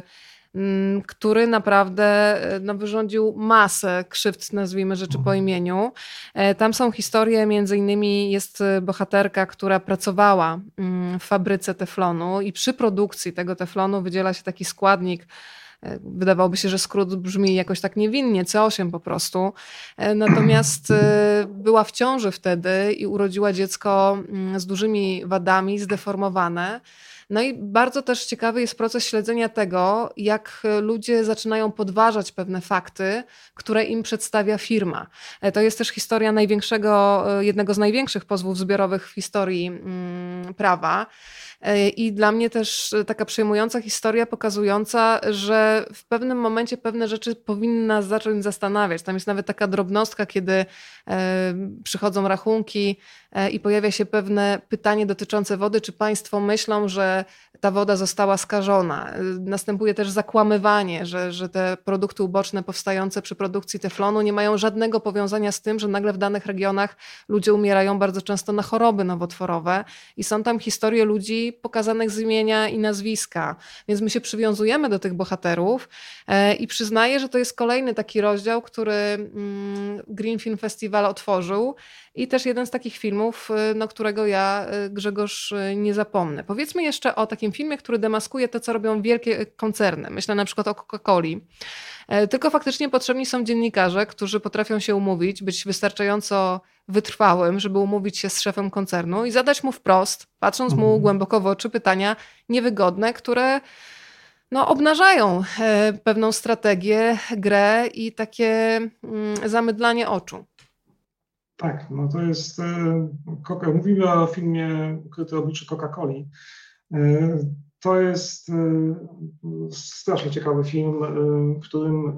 który naprawdę no, wyrządził masę krzywd, nazwijmy rzeczy po imieniu. Tam są historie, między innymi jest bohaterka, która pracowała w fabryce teflonu i przy produkcji tego teflonu wydziela się taki składnik. Wydawałoby się, że skrót brzmi jakoś tak niewinnie, C8 po prostu. Natomiast była w ciąży wtedy i urodziła dziecko z dużymi wadami, zdeformowane. No i bardzo też ciekawy jest proces śledzenia tego, jak ludzie zaczynają podważać pewne fakty, które im przedstawia firma. To jest też historia jednego z największych pozwów zbiorowych w historii prawa. I dla mnie też taka przejmująca historia pokazująca, że w pewnym momencie pewne rzeczy powinny nas zacząć zastanawiać. Tam jest nawet taka drobnostka, kiedy przychodzą rachunki i pojawia się pewne pytanie dotyczące wody, czy państwo myślą, że ta woda została skażona. Następuje też zakłamywanie, że te produkty uboczne powstające przy produkcji teflonu nie mają żadnego powiązania z tym, że nagle w danych regionach ludzie umierają bardzo często na choroby nowotworowe i są tam historie ludzi pokazanych z imienia i nazwiska. Więc my się przywiązujemy do tych bohaterów i przyznaję, że to jest kolejny taki rozdział, który Green Film Festival otworzył i też jeden z takich filmów, no, którego ja, Grzegorz, nie zapomnę. Powiedzmy jeszcze o takim filmie, który demaskuje to, co robią wielkie koncerny. Myślę na przykład o Coca-Coli. Tylko faktycznie potrzebni są dziennikarze, którzy potrafią się umówić, być wystarczająco wytrwałym, żeby umówić się z szefem koncernu i zadać mu wprost, patrząc mu głęboko w oczy, pytania niewygodne, które no, obnażają pewną strategię, grę i takie zamydlanie oczu.
Tak, no to jest, mówimy o filmie Ukryte oblicze Coca-Coli. To jest strasznie ciekawy film, w którym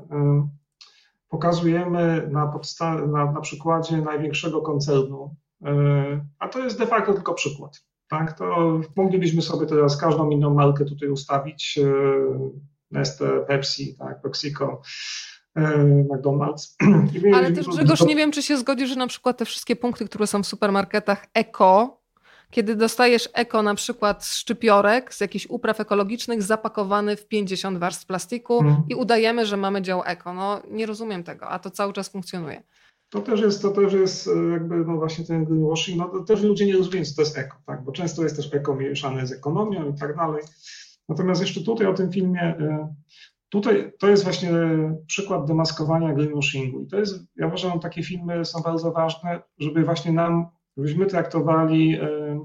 pokazujemy na przykładzie największego koncernu, a to jest de facto tylko przykład. Tak? To moglibyśmy sobie teraz każdą inną markę tutaj ustawić, Nestle, Pepsi, tak, PepsiCo, McDonald's.
Ale też, Grzegorz, nie wiem, czy się zgodzi, że na przykład te wszystkie punkty, które są w supermarketach eko, kiedy dostajesz eko na przykład szczypiorek z jakichś upraw ekologicznych zapakowany w 50 warstw plastiku i udajemy, że mamy dział eko. No nie rozumiem tego, a to cały czas funkcjonuje.
To też jest jakby no właśnie ten greenwashing, no to też ludzie nie rozumieją, co to jest eko, tak? Bo często jest też eko mieszane z ekonomią i tak dalej. Natomiast jeszcze tutaj o tym filmie, tutaj to jest właśnie przykład demaskowania greenwashingu i to jest, ja uważam, że takie filmy są bardzo ważne, żebyśmy traktowali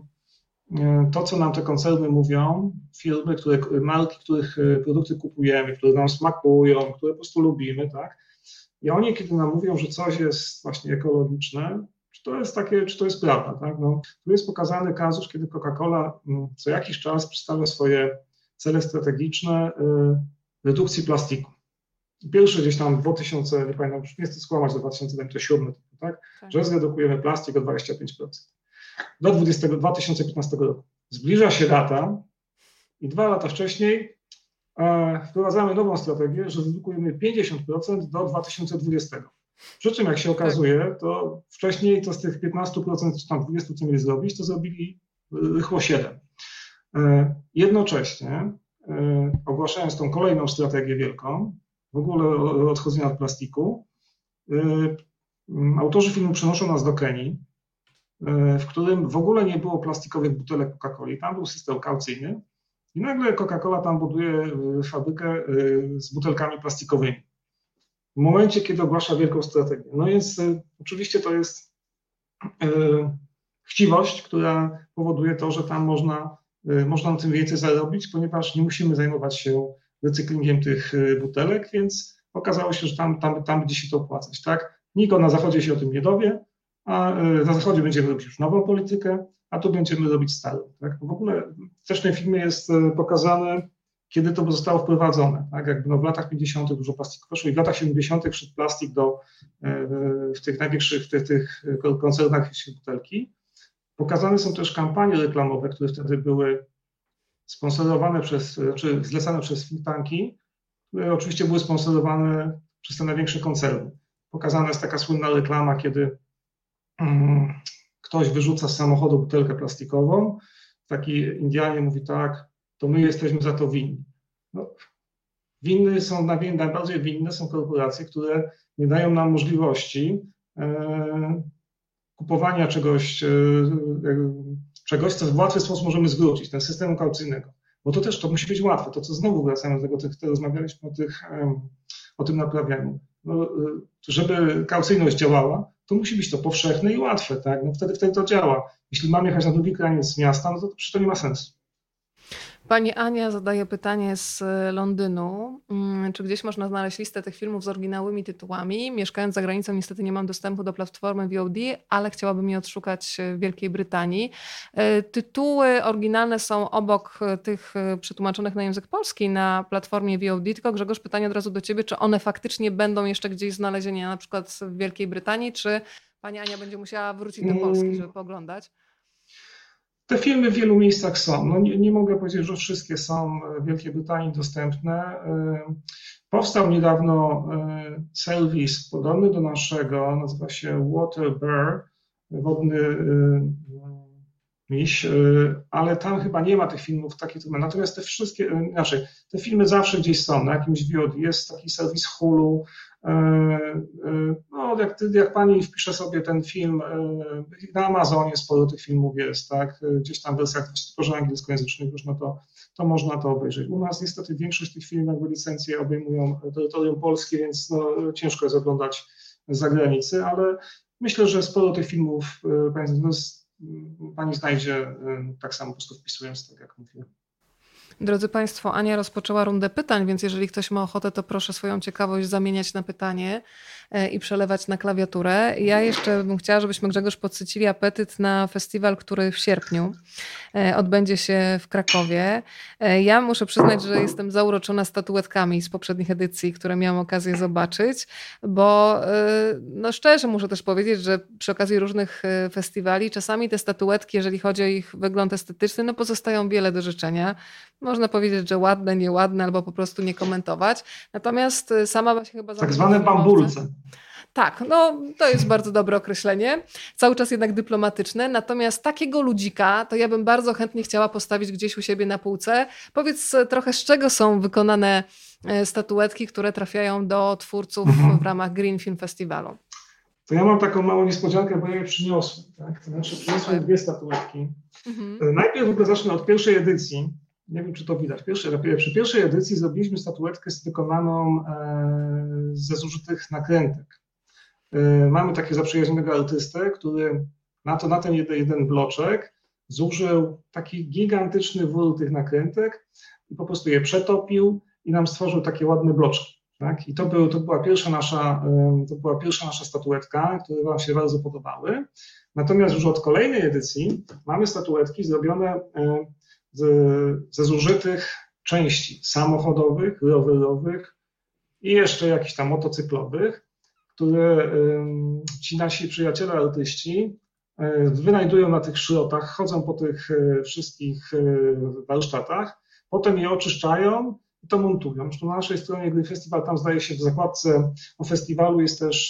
to, co nam te koncerny mówią, firmy, marki, których produkty kupujemy, które nam smakują, które po prostu lubimy, tak? I oni, kiedy nam mówią, że coś jest właśnie ekologiczne, czy to jest prawda, tak? No, tu jest pokazany kazus, kiedy Coca-Cola co jakiś czas przedstawia swoje cele strategiczne redukcji plastiku. Pierwszy gdzieś tam 2000, nie pamiętam, nie chcę skłamać, do 2007, tak? Że zredukujemy plastik o 25%. Do 2015 roku. Zbliża się data i 2 lata wcześniej wprowadzamy nową strategię, że zredukujemy 50% do 2020. Przy czym, jak się okazuje, to wcześniej to z tych 15% czy tam 20%, co mieli zrobić, to zrobili rychło 7%. Jednocześnie ogłaszając tą kolejną strategię wielką, w ogóle odchodzenia od plastiku, autorzy filmu przenoszą nas do Kenii, w którym w ogóle nie było plastikowych butelek Coca-Coli. Tam był system kaucyjny i nagle Coca-Cola tam buduje fabrykę z butelkami plastikowymi. W momencie, kiedy ogłasza wielką strategię. No więc oczywiście to jest chciwość, która powoduje to, że tam można na tym więcej zarobić, ponieważ nie musimy zajmować się recyklingiem tych butelek, więc okazało się, że tam będzie się to opłacać. Tak? Nikt na Zachodzie się o tym nie dowie, a na Zachodzie będziemy robić już nową politykę, a tu będziemy robić starą. Tak? W ogóle też w tym filmie jest pokazane, kiedy to zostało wprowadzone. Tak? Jakby no w latach 50. dużo plastiku poszło i w latach 70. wszedł plastik w tych największych tych koncernach butelki. Pokazane są też kampanie reklamowe, które wtedy były sponsorowane czy zlecane przez think tanki, które oczywiście były sponsorowane przez te największe koncerny. Pokazana jest taka słynna reklama, kiedy ktoś wyrzuca z samochodu butelkę plastikową, taki Indianie mówi tak, to my jesteśmy za to winni. No, najbardziej winne są korporacje, które nie dają nam możliwości kupowania czegoś, co w łatwy sposób możemy zwrócić, ten system kaucyjnego. Bo to też to musi być łatwe. To, co znowu wracamy do tego, co rozmawialiśmy o tym naprawianiu. No, żeby kaucyjność działała, to musi być to powszechne i łatwe, tak? No wtedy to działa. Jeśli mamy jechać na drugi kraniec miasta, no to przecież to nie ma sensu.
Pani Ania zadaje pytanie z Londynu. Czy gdzieś można znaleźć listę tych filmów z oryginałymi tytułami? Mieszkając za granicą niestety nie mam dostępu do platformy VOD, ale chciałabym je odszukać w Wielkiej Brytanii. Tytuły oryginalne są obok tych przetłumaczonych na język polski na platformie VOD, tylko Grzegorz, pytanie od razu do ciebie, czy one faktycznie będą jeszcze gdzieś znalezione na przykład w Wielkiej Brytanii, czy pani Ania będzie musiała wrócić do Polski, żeby pooglądać?
Te filmy w wielu miejscach są. No nie mogę powiedzieć, że wszystkie są w Wielkiej Brytanii dostępne. Powstał niedawno serwis podobny do naszego, nazywa się Waterbear, wodny miś, ale tam chyba nie ma tych filmów takich. Natomiast te filmy zawsze gdzieś są, na jakimś VOD. Jest taki serwis Hulu. No, jak pani wpisze sobie ten film, na Amazonie sporo tych filmów jest, tak? Gdzieś tam w wersjach typowo angielskojęzycznych już to można to obejrzeć. U nas niestety większość tych filmów jakby licencje obejmują terytorium polskie, więc no, ciężko jest oglądać z zagranicy, ale myślę, że sporo tych filmów pani znajdzie tak samo po prostu wpisując, tak jak mówiłem.
Drodzy Państwo, Ania rozpoczęła rundę pytań, więc jeżeli ktoś ma ochotę, to proszę swoją ciekawość zamieniać na pytanie i przelewać na klawiaturę. Ja jeszcze bym chciała, żebyśmy, Grzegorz, podsycili apetyt na festiwal, który w sierpniu odbędzie się w Krakowie. Ja muszę przyznać, że jestem zauroczona statuetkami z poprzednich edycji, które miałam okazję zobaczyć, bo no szczerze muszę też powiedzieć, że przy okazji różnych festiwali czasami te statuetki, jeżeli chodzi o ich wygląd estetyczny, no pozostają wiele do życzenia. Można powiedzieć, że ładne, nieładne, albo po prostu nie komentować. Natomiast sama właśnie chyba...
Tak zwane bambulce.
Tak, no to jest bardzo dobre określenie. Cały czas jednak dyplomatyczne. Natomiast takiego ludzika to ja bym bardzo chętnie chciała postawić gdzieś u siebie na półce. Powiedz trochę, z czego są wykonane statuetki, które trafiają do twórców w ramach Green Film Festiwalu.
To ja mam taką małą niespodziankę, bo ja je przyniosłem. Tak? To znaczy przyniosłem dwie statuetki. Najpierw w ogóle zacznę od pierwszej edycji. Nie wiem, czy to widać. Przy pierwszej edycji zrobiliśmy statuetkę wykonaną ze zużytych nakrętek. Mamy takiego zaprzyjaźnionego artystę, który na ten jeden bloczek zużył taki gigantyczny wór tych nakrętek i po prostu je przetopił i nam stworzył takie ładne bloczki. Tak? I to była pierwsza nasza statuetka, które wam się bardzo podobały. Natomiast już od kolejnej edycji mamy statuetki zrobione ze zużytych części samochodowych, rowerowych i jeszcze jakichś tam motocyklowych, które ci nasi przyjaciele artyści wynajdują na tych szrotach, chodzą po tych wszystkich warsztatach, potem je oczyszczają i to montują. Zresztą na naszej stronie Green Festival, tam zdaje się w zakładce o festiwalu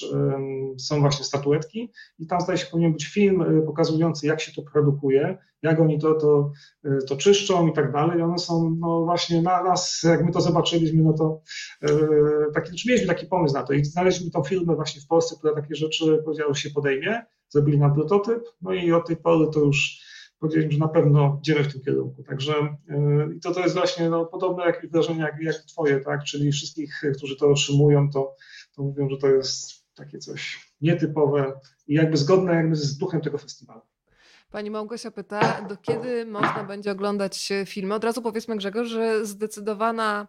są właśnie statuetki i tam zdaje się powinien być film pokazujący, jak się to produkuje, jak oni to czyszczą i tak dalej. One są no właśnie na nas, jak my to zobaczyliśmy, no to mieliśmy taki pomysł na to i znaleźliśmy tą firmę właśnie w Polsce, która takie rzeczy powiedziała, że się podejmie, zrobili nam prototyp, no i od tej pory to już powiedzieliśmy, że na pewno idziemy w tym kierunku. Także to jest właśnie podobne wrażenie jak twoje, tak? Czyli wszystkich, którzy to otrzymują, to mówią, że to jest takie coś nietypowe i zgodne z duchem tego festiwalu.
Pani Małgosia pyta, do kiedy można będzie oglądać filmy? Od razu powiedzmy, Grzegorz, że zdecydowana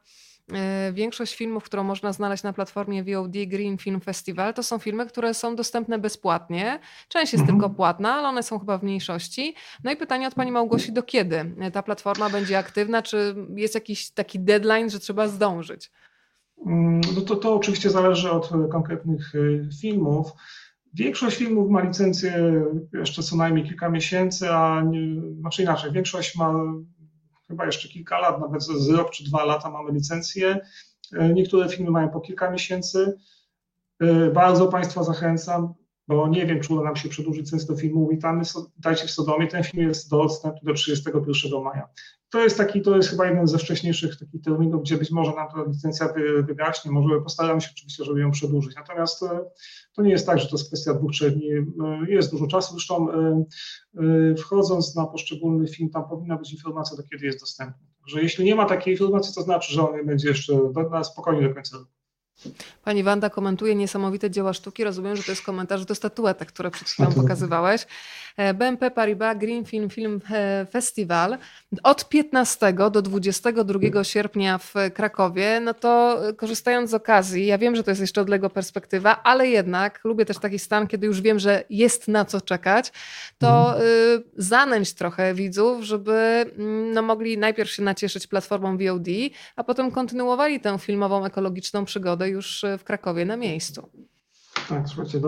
Większość filmów, którą można znaleźć na platformie VOD Green Film Festival, to są filmy, które są dostępne bezpłatnie. Część jest tylko płatna, ale one są chyba w mniejszości. No i pytanie od pani Małgosi, do kiedy ta platforma będzie aktywna? Czy jest jakiś taki deadline, że trzeba zdążyć?
No to oczywiście zależy od konkretnych filmów. Większość filmów ma licencję jeszcze co najmniej kilka miesięcy, znaczy inaczej, większość ma chyba jeszcze kilka lat, nawet z rok czy 2 lata mamy licencję. Niektóre filmy mają po kilka miesięcy. Bardzo Państwa zachęcam, bo nie wiem, czy uda nam się przedłużyć licencję do filmu Witajcie w Sodomie. Ten film jest dostępny do 31 maja. To jest chyba jeden ze wcześniejszych takich terminów, gdzie być może nam ta licencja wygaśnie. Może postaramy się oczywiście, żeby ją przedłużyć. Natomiast to nie jest tak, że to jest kwestia 2-3 dni. Jest dużo czasu. Zresztą wchodząc na poszczególny film, tam powinna być informacja, do kiedy jest dostępny. Także jeśli nie ma takiej informacji, to znaczy, że on nie będzie jeszcze spokojnie do końca roku.
Pani Wanda komentuje niesamowite dzieła sztuki. Rozumiem, że to jest komentarz do statuetek, które przed chwilą pokazywałeś. BNP Paribas Green Film Festival od 15 do 22 sierpnia w Krakowie. No to korzystając z okazji, ja wiem, że to jest jeszcze odległa perspektywa, ale jednak lubię też taki stan, kiedy już wiem, że jest na co czekać, to zanęć trochę widzów, żeby mogli najpierw się nacieszyć platformą VOD, a potem kontynuowali tę filmową, ekologiczną przygodę już w Krakowie na miejscu.
Tak, słuchajcie,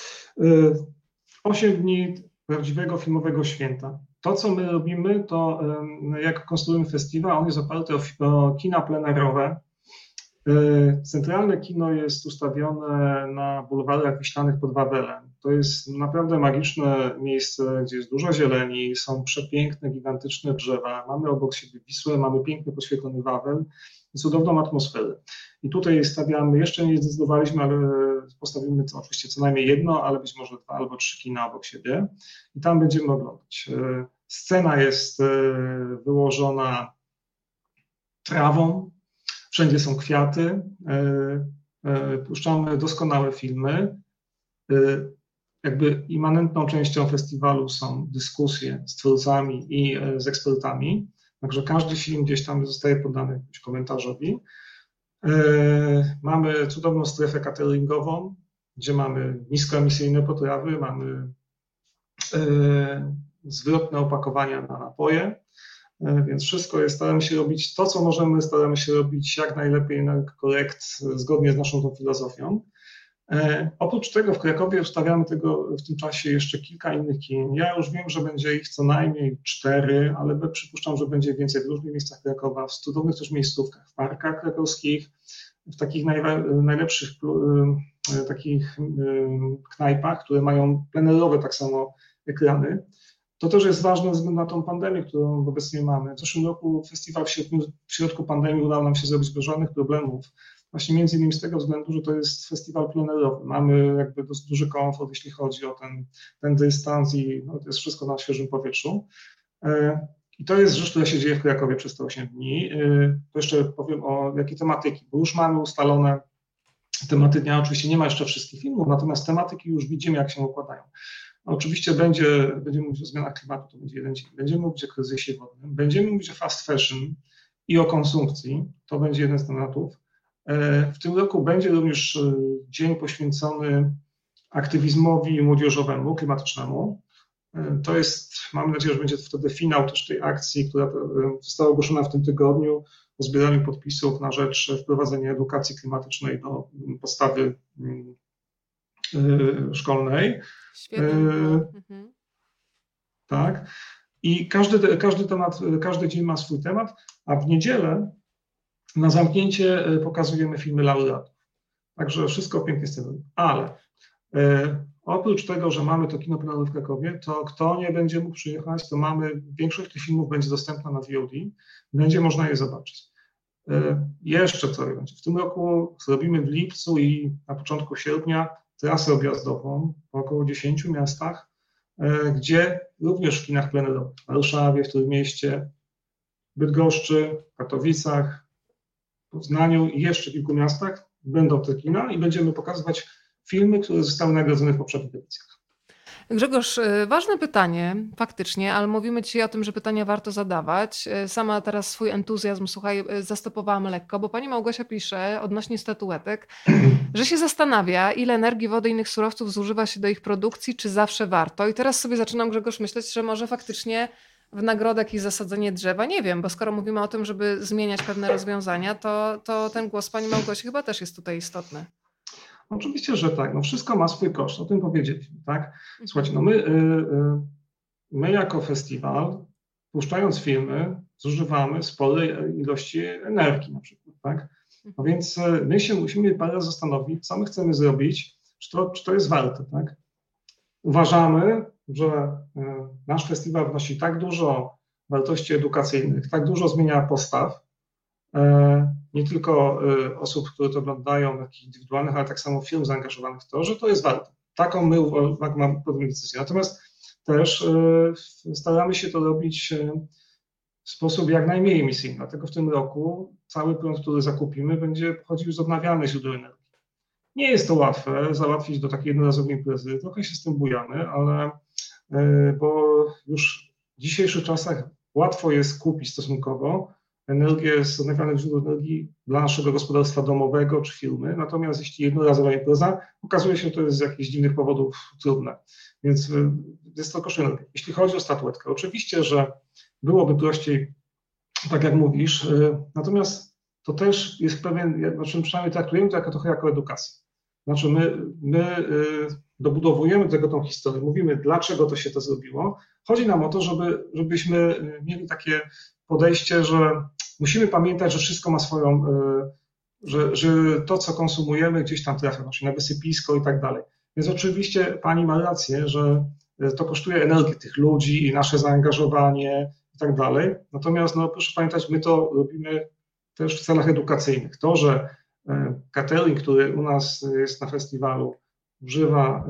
8 dni prawdziwego filmowego święta. To, co my robimy, to jak konstruujemy festiwal, on jest oparty o kina plenerowe. Centralne kino jest ustawione na bulwarach Wiślanych pod Wawelem. To jest naprawdę magiczne miejsce, gdzie jest dużo zieleni, są przepiękne, gigantyczne drzewa. Mamy obok siebie Wisłę, mamy pięknie podświetlony Wawel i cudowną atmosferę. I tutaj stawiamy, jeszcze nie zdecydowaliśmy, ale postawimy to oczywiście co najmniej jedno, ale być może 2 albo 3 kina obok siebie i tam będziemy oglądać. Scena jest wyłożona trawą, wszędzie są kwiaty, puszczamy doskonałe filmy. Jakby immanentną częścią festiwalu są dyskusje z twórcami i z ekspertami, także każdy film gdzieś tam zostaje poddany jakimś komentarzowi. Mamy cudowną strefę cateringową, gdzie mamy niskoemisyjne potrawy, mamy zwrotne opakowania na napoje, więc wszystko staramy się robić to, co możemy, staramy się robić jak najlepiej, korekt, zgodnie z naszą tą filozofią. Oprócz tego w Krakowie ustawiamy w tym czasie jeszcze kilka innych kin. Ja już wiem, że będzie ich co najmniej 4, ale przypuszczam, że będzie więcej w różnych miejscach Krakowa, w cudownych też miejscówkach, w parkach krakowskich, w takich najlepszych takich knajpach, które mają plenerowe tak samo ekrany. To też jest ważne ze względu na tą pandemię, którą obecnie mamy. W zeszłym roku festiwal w środku pandemii udało nam się zrobić bez żadnych problemów. Właśnie między innymi z tego względu, że to jest festiwal plenerowy. Mamy jakby dość duży komfort, jeśli chodzi o ten dystans i to jest wszystko na świeżym powietrzu. I to jest rzecz, która się dzieje w Krakowie przez te 8 dni. To jeszcze powiem o jakie tematyki, bo już mamy ustalone tematy dnia. Oczywiście nie ma jeszcze wszystkich filmów, natomiast tematyki już widzimy, jak się układają. Oczywiście będziemy mówić o zmianach klimatu, to będzie jeden dzień. Będziemy mówić o kryzysie wodnym, będziemy mówić o fast fashion i o konsumpcji, to będzie jeden z tematów. W tym roku będzie również dzień poświęcony aktywizmowi młodzieżowemu, klimatycznemu. To jest, mam nadzieję, że będzie to wtedy finał też tej akcji, która została ogłoszona w tym tygodniu o zbieraniu podpisów na rzecz wprowadzenia edukacji klimatycznej do podstawy szkolnej.
Świetnie.
Tak. I każdy dzień ma swój temat, a w niedzielę na zamknięcie pokazujemy filmy laureatów. Także wszystko pięknie z tym. Ale oprócz tego, że mamy to kino plenerowe w Krakowie, to kto nie będzie mógł przyjechać, to większość tych filmów będzie dostępna na VOD, będzie można je zobaczyć. Jeszcze co będzie. W tym roku zrobimy w lipcu i na początku sierpnia trasę objazdową w około 10 miastach, gdzie również w kinach plenerowych, w Warszawie, w Trójmieście, Bydgoszczy, Katowicach, Poznaniu i jeszcze kilku miastach będą te kina i będziemy pokazywać filmy, które zostały nagrodzone w poprzednich edycjach.
Grzegorz, ważne pytanie, faktycznie, ale mówimy dzisiaj o tym, że pytania warto zadawać. Sama teraz swój entuzjazm, słuchaj, zastopowałam lekko, bo pani Małgosia pisze odnośnie statuetek, że się zastanawia, ile energii, wody i innych surowców zużywa się do ich produkcji, czy zawsze warto. I teraz sobie zaczynam, Grzegorz, myśleć, że może faktycznie w nagrodę jakieś zasadzenie drzewa, nie wiem, bo skoro mówimy o tym, żeby zmieniać pewne rozwiązania, to ten głos pani Małgosi chyba też jest tutaj istotny.
Oczywiście, że tak. No wszystko ma swój koszt, o tym powiedzieliśmy, tak? Słuchajcie, no my jako festiwal, puszczając filmy, zużywamy spore ilości energii na przykład, tak? No więc my się musimy parę razy zastanowić, co my chcemy zrobić, czy to jest warte, tak? Uważamy, że nasz festiwal wnosi tak dużo wartości edukacyjnych, tak dużo zmienia postaw, nie tylko osób, które to oglądają, takich indywidualnych, ale tak samo firm zaangażowanych w to, że to jest warte. Taką my mamy podjęli decyzję. Natomiast też staramy się to robić w sposób jak najmniej emisyjny. Dlatego w tym roku cały prąd, który zakupimy, będzie pochodził z odnawialnych źródeł energii. Nie jest to łatwe załatwić do takiej jednorazowej imprezy. Trochę się z tym bujamy, ale bo już w dzisiejszych czasach łatwo jest kupić stosunkowo energię z odnawialnych źródeł energii dla naszego gospodarstwa domowego czy firmy. Natomiast jeśli jednorazowa impreza, okazuje się, że to jest z jakichś dziwnych powodów trudne. Więc jest to kosztuje energii. Jeśli chodzi o statuetkę, oczywiście, że byłoby prościej, tak jak mówisz, natomiast to też jest pewien, znaczy przynajmniej traktujemy to trochę jako edukację. Znaczy my dobudowujemy do tego tą historię, mówimy, dlaczego to się to zrobiło. Chodzi nam o to, żebyśmy mieli takie podejście, że musimy pamiętać, że wszystko ma swoją, że to, co konsumujemy, gdzieś tam trafia, znaczy na wysypisko i tak dalej. Więc oczywiście pani ma rację, że to kosztuje energię tych ludzi i nasze zaangażowanie i tak dalej. Natomiast no, proszę pamiętać, my to robimy też w celach edukacyjnych. To, że catering, który u nas jest na festiwalu, używa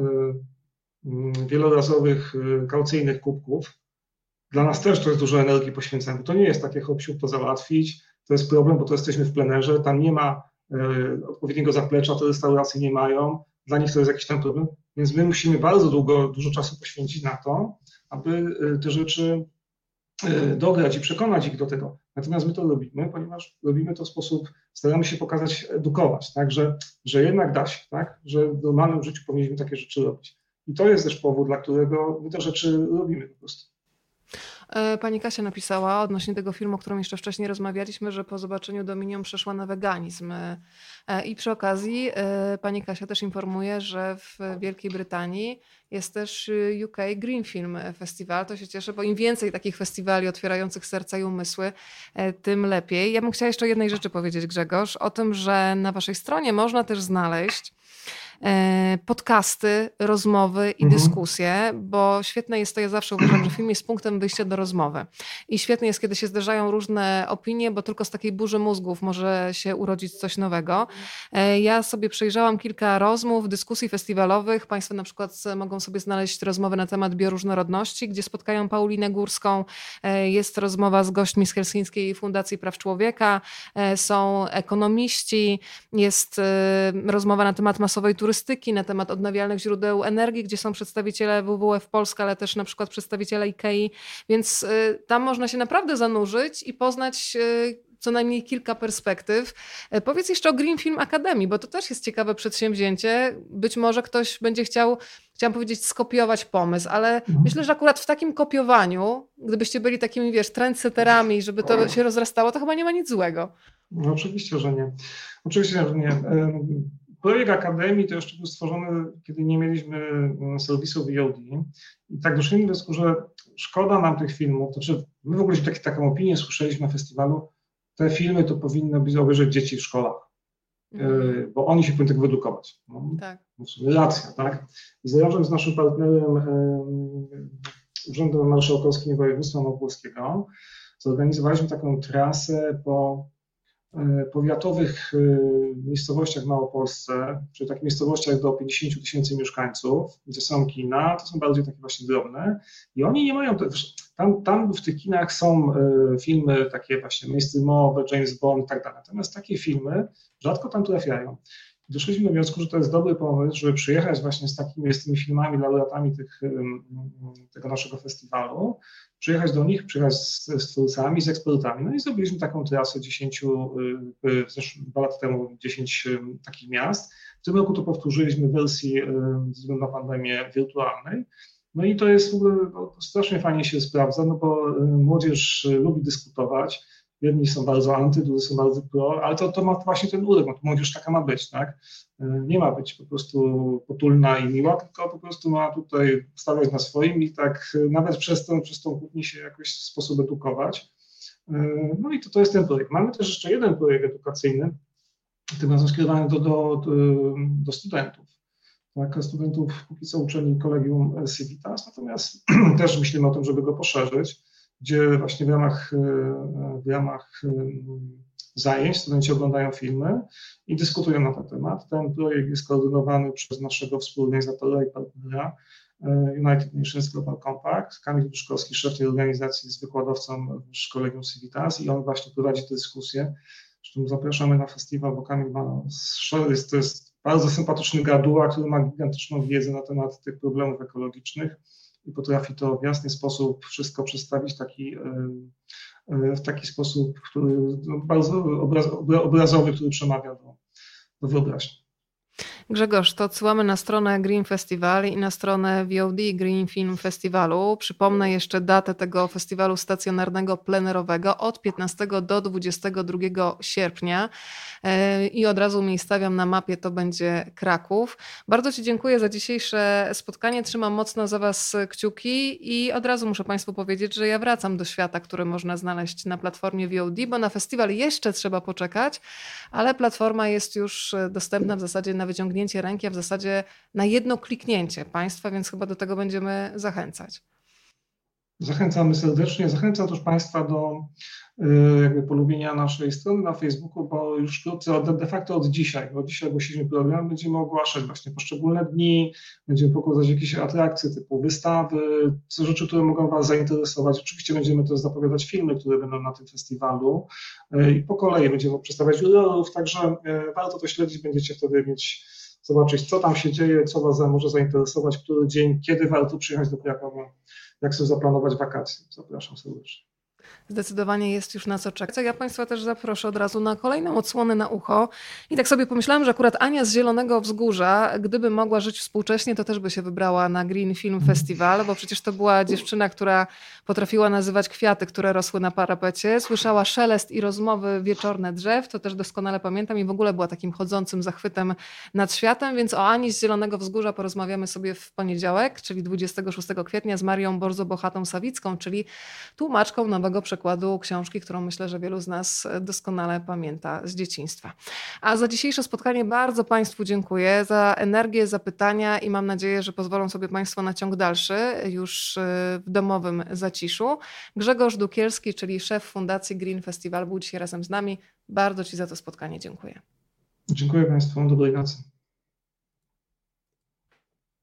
wielorazowych kaucyjnych kubków, dla nas też to jest dużo energii poświęcane. To nie jest takie hop-siup to załatwić, to jest problem, bo to jesteśmy w plenerze, tam nie ma odpowiedniego zaplecza, te restauracje nie mają, dla nich to jest jakiś tam problem, więc my musimy bardzo dużo czasu poświęcić na to, aby te rzeczy dograć i przekonać ich do tego. Natomiast my to robimy, ponieważ robimy to w sposób, staramy się pokazać, edukować, tak, że jednak da się, tak, że w normalnym życiu powinniśmy takie rzeczy robić. I to jest też powód, dla którego my te rzeczy robimy po prostu.
Pani Kasia napisała odnośnie tego filmu, o którym jeszcze wcześniej rozmawialiśmy, że po zobaczeniu Dominion przeszła na weganizm. I przy okazji pani Kasia też informuje, że w Wielkiej Brytanii jest też UK Green Film Festival. To się cieszę, bo im więcej takich festiwali otwierających serca i umysły, tym lepiej. Ja bym chciała jeszcze o jednej rzeczy powiedzieć, Grzegorz, o tym, że na waszej stronie można też znaleźć podcasty, rozmowy i dyskusje, bo świetne jest to, ja zawsze uważam, że film jest punktem wyjścia do rozmowy. I świetne jest, kiedy się zdarzają różne opinie, bo tylko z takiej burzy mózgów może się urodzić coś nowego. Ja sobie przejrzałam kilka rozmów, dyskusji festiwalowych. Państwo na przykład mogą sobie znaleźć rozmowy na temat bioróżnorodności, gdzie spotkają Paulinę Górską. Jest rozmowa z gośćmi z Helsińskiej Fundacji Praw Człowieka. Są ekonomiści. Jest rozmowa na temat masowej turystyki, na temat odnawialnych źródeł energii, gdzie są przedstawiciele WWF Polska, ale też na przykład przedstawiciele IKEA, więc tam można się naprawdę zanurzyć i poznać co najmniej kilka perspektyw. Powiedz jeszcze o Green Film Academy, bo to też jest ciekawe przedsięwzięcie. Być może ktoś będzie chciałam powiedzieć, skopiować pomysł, ale myślę, że akurat w takim kopiowaniu, gdybyście byli takimi, wiesz, trendsetterami, żeby to się rozrastało, to chyba nie ma nic złego.
No, oczywiście, że nie. Oczywiście, że nie. Projekt Akademii to jeszcze był stworzony, kiedy nie mieliśmy serwisu VOD i tak doszliśmy do wniosku, że szkoda nam tych filmów, to znaczy my w ogóle taką opinię słyszeliśmy na festiwalu, te filmy to powinny być obejrzeć dzieci w szkołach, bo oni się powinni tego wyedukować. No,
tak.
Racja, tak? I razem z naszym partnerem Urzędem Marszałkowskim Województwa Małopolskiego zorganizowaliśmy taką trasę po powiatowych miejscowościach w Małopolsce, czyli takich miejscowościach do 50 000 mieszkańców, gdzie są kina, to są bardziej takie właśnie drobne i oni nie mają, tam w tych kinach są filmy takie właśnie mainstreamowe, James Bond i tak dalej, natomiast takie filmy rzadko tam trafiają. Doszliśmy do wniosku, że to jest dobry pomysł, żeby przyjechać właśnie z tymi filmami, laureatami tego naszego festiwalu, przyjechać do nich, przyjechać z twórcami, z ekspertami. No i zrobiliśmy taką trasę 2 lata temu 10 takich miast. W tym roku to powtórzyliśmy w wersji ze względu na pandemię wirtualnej. No i to jest w ogóle strasznie fajnie się sprawdza, no bo młodzież lubi dyskutować. Jedni są bardzo anty, drudzy są bardzo pro, ale to ma właśnie ten urok, no, młodzież taka ma być, tak? Nie ma być po prostu potulna i miła, tylko po prostu ma tutaj stawiać na swoim i tak nawet przez tą kłótnię się jakoś w sposób edukować. No i to jest ten projekt. Mamy też jeszcze jeden projekt edukacyjny, tym razem skierowany do studentów. Tak, studentów póki co uczeni kolegium Civitas, natomiast też myślimy o tym, żeby go poszerzyć, gdzie właśnie w ramach zajęć studenci oglądają filmy i dyskutują na ten temat. Ten projekt jest koordynowany przez naszego współorganizatora i partnera United Nations Global Compact. Kamil Duszkowski, szef tej organizacji, jest wykładowcą w kolegium Civitas i on właśnie prowadzi tę dyskusję. Zresztą zapraszamy na festiwal, bo Kamil to jest bardzo sympatyczny gaduła, który ma gigantyczną wiedzę na temat tych problemów ekologicznych i potrafi to w jasny sposób wszystko przedstawić w taki sposób, który bardzo obrazowy, który przemawia do wyobraźni.
Grzegorz, to odsyłamy na stronę Green Festival i na stronę VOD Green Film Festiwalu. Przypomnę jeszcze datę tego festiwalu stacjonarnego, plenerowego od 15 do 22 sierpnia i od razu umiejscawiam na mapie, to będzie Kraków. Bardzo Ci dziękuję za dzisiejsze spotkanie, trzymam mocno za Was kciuki i od razu muszę Państwu powiedzieć, że ja wracam do świata, który można znaleźć na platformie VOD, bo na festiwal jeszcze trzeba poczekać, ale platforma jest już dostępna w zasadzie na wyciągnięcie ręki, a w zasadzie na jedno kliknięcie Państwa, więc chyba do tego będziemy zachęcać.
Zachęcamy serdecznie. Zachęcam też Państwa do jakby polubienia naszej strony na Facebooku, bo już wkrótce, de facto od dzisiaj, bo dzisiaj ogłosiliśmy program, będziemy ogłaszać właśnie poszczególne dni, będziemy pokazać jakieś atrakcje typu wystawy, rzeczy, które mogą Was zainteresować. Oczywiście będziemy też zapowiadać filmy, które będą na tym festiwalu i po kolei będziemy przedstawiać jurorów, także warto to śledzić, będziecie wtedy zobaczyć, co tam się dzieje, co Was może zainteresować, który dzień, kiedy warto przyjechać do Krakowa, jak sobie zaplanować wakacje. Zapraszam serdecznie.
Zdecydowanie jest już na co czekać. Ja Państwa też zaproszę od razu na kolejną odsłonę na ucho. I tak sobie pomyślałam, że akurat Ania z Zielonego Wzgórza, gdyby mogła żyć współcześnie, to też by się wybrała na Green Film Festival, bo przecież to była dziewczyna, która potrafiła nazywać kwiaty, które rosły na parapecie. Słyszała szelest i rozmowy wieczorne drzew, to też doskonale pamiętam i w ogóle była takim chodzącym zachwytem nad światem, więc o Ani z Zielonego Wzgórza porozmawiamy sobie w poniedziałek, czyli 26 kwietnia z Marią Borzo-Bohatą-Sawicką, czyli tłumaczką nowego przekładu książki, którą myślę, że wielu z nas doskonale pamięta z dzieciństwa. A za dzisiejsze spotkanie bardzo Państwu dziękuję za energię, za pytania i mam nadzieję, że pozwolą sobie Państwo na ciąg dalszy już w domowym zaciszu. Grzegorz Dukielski, czyli szef Fundacji Green Festival, był dzisiaj razem z nami. Bardzo Ci za to spotkanie dziękuję.
Dziękuję Państwu. Dobrej nocy.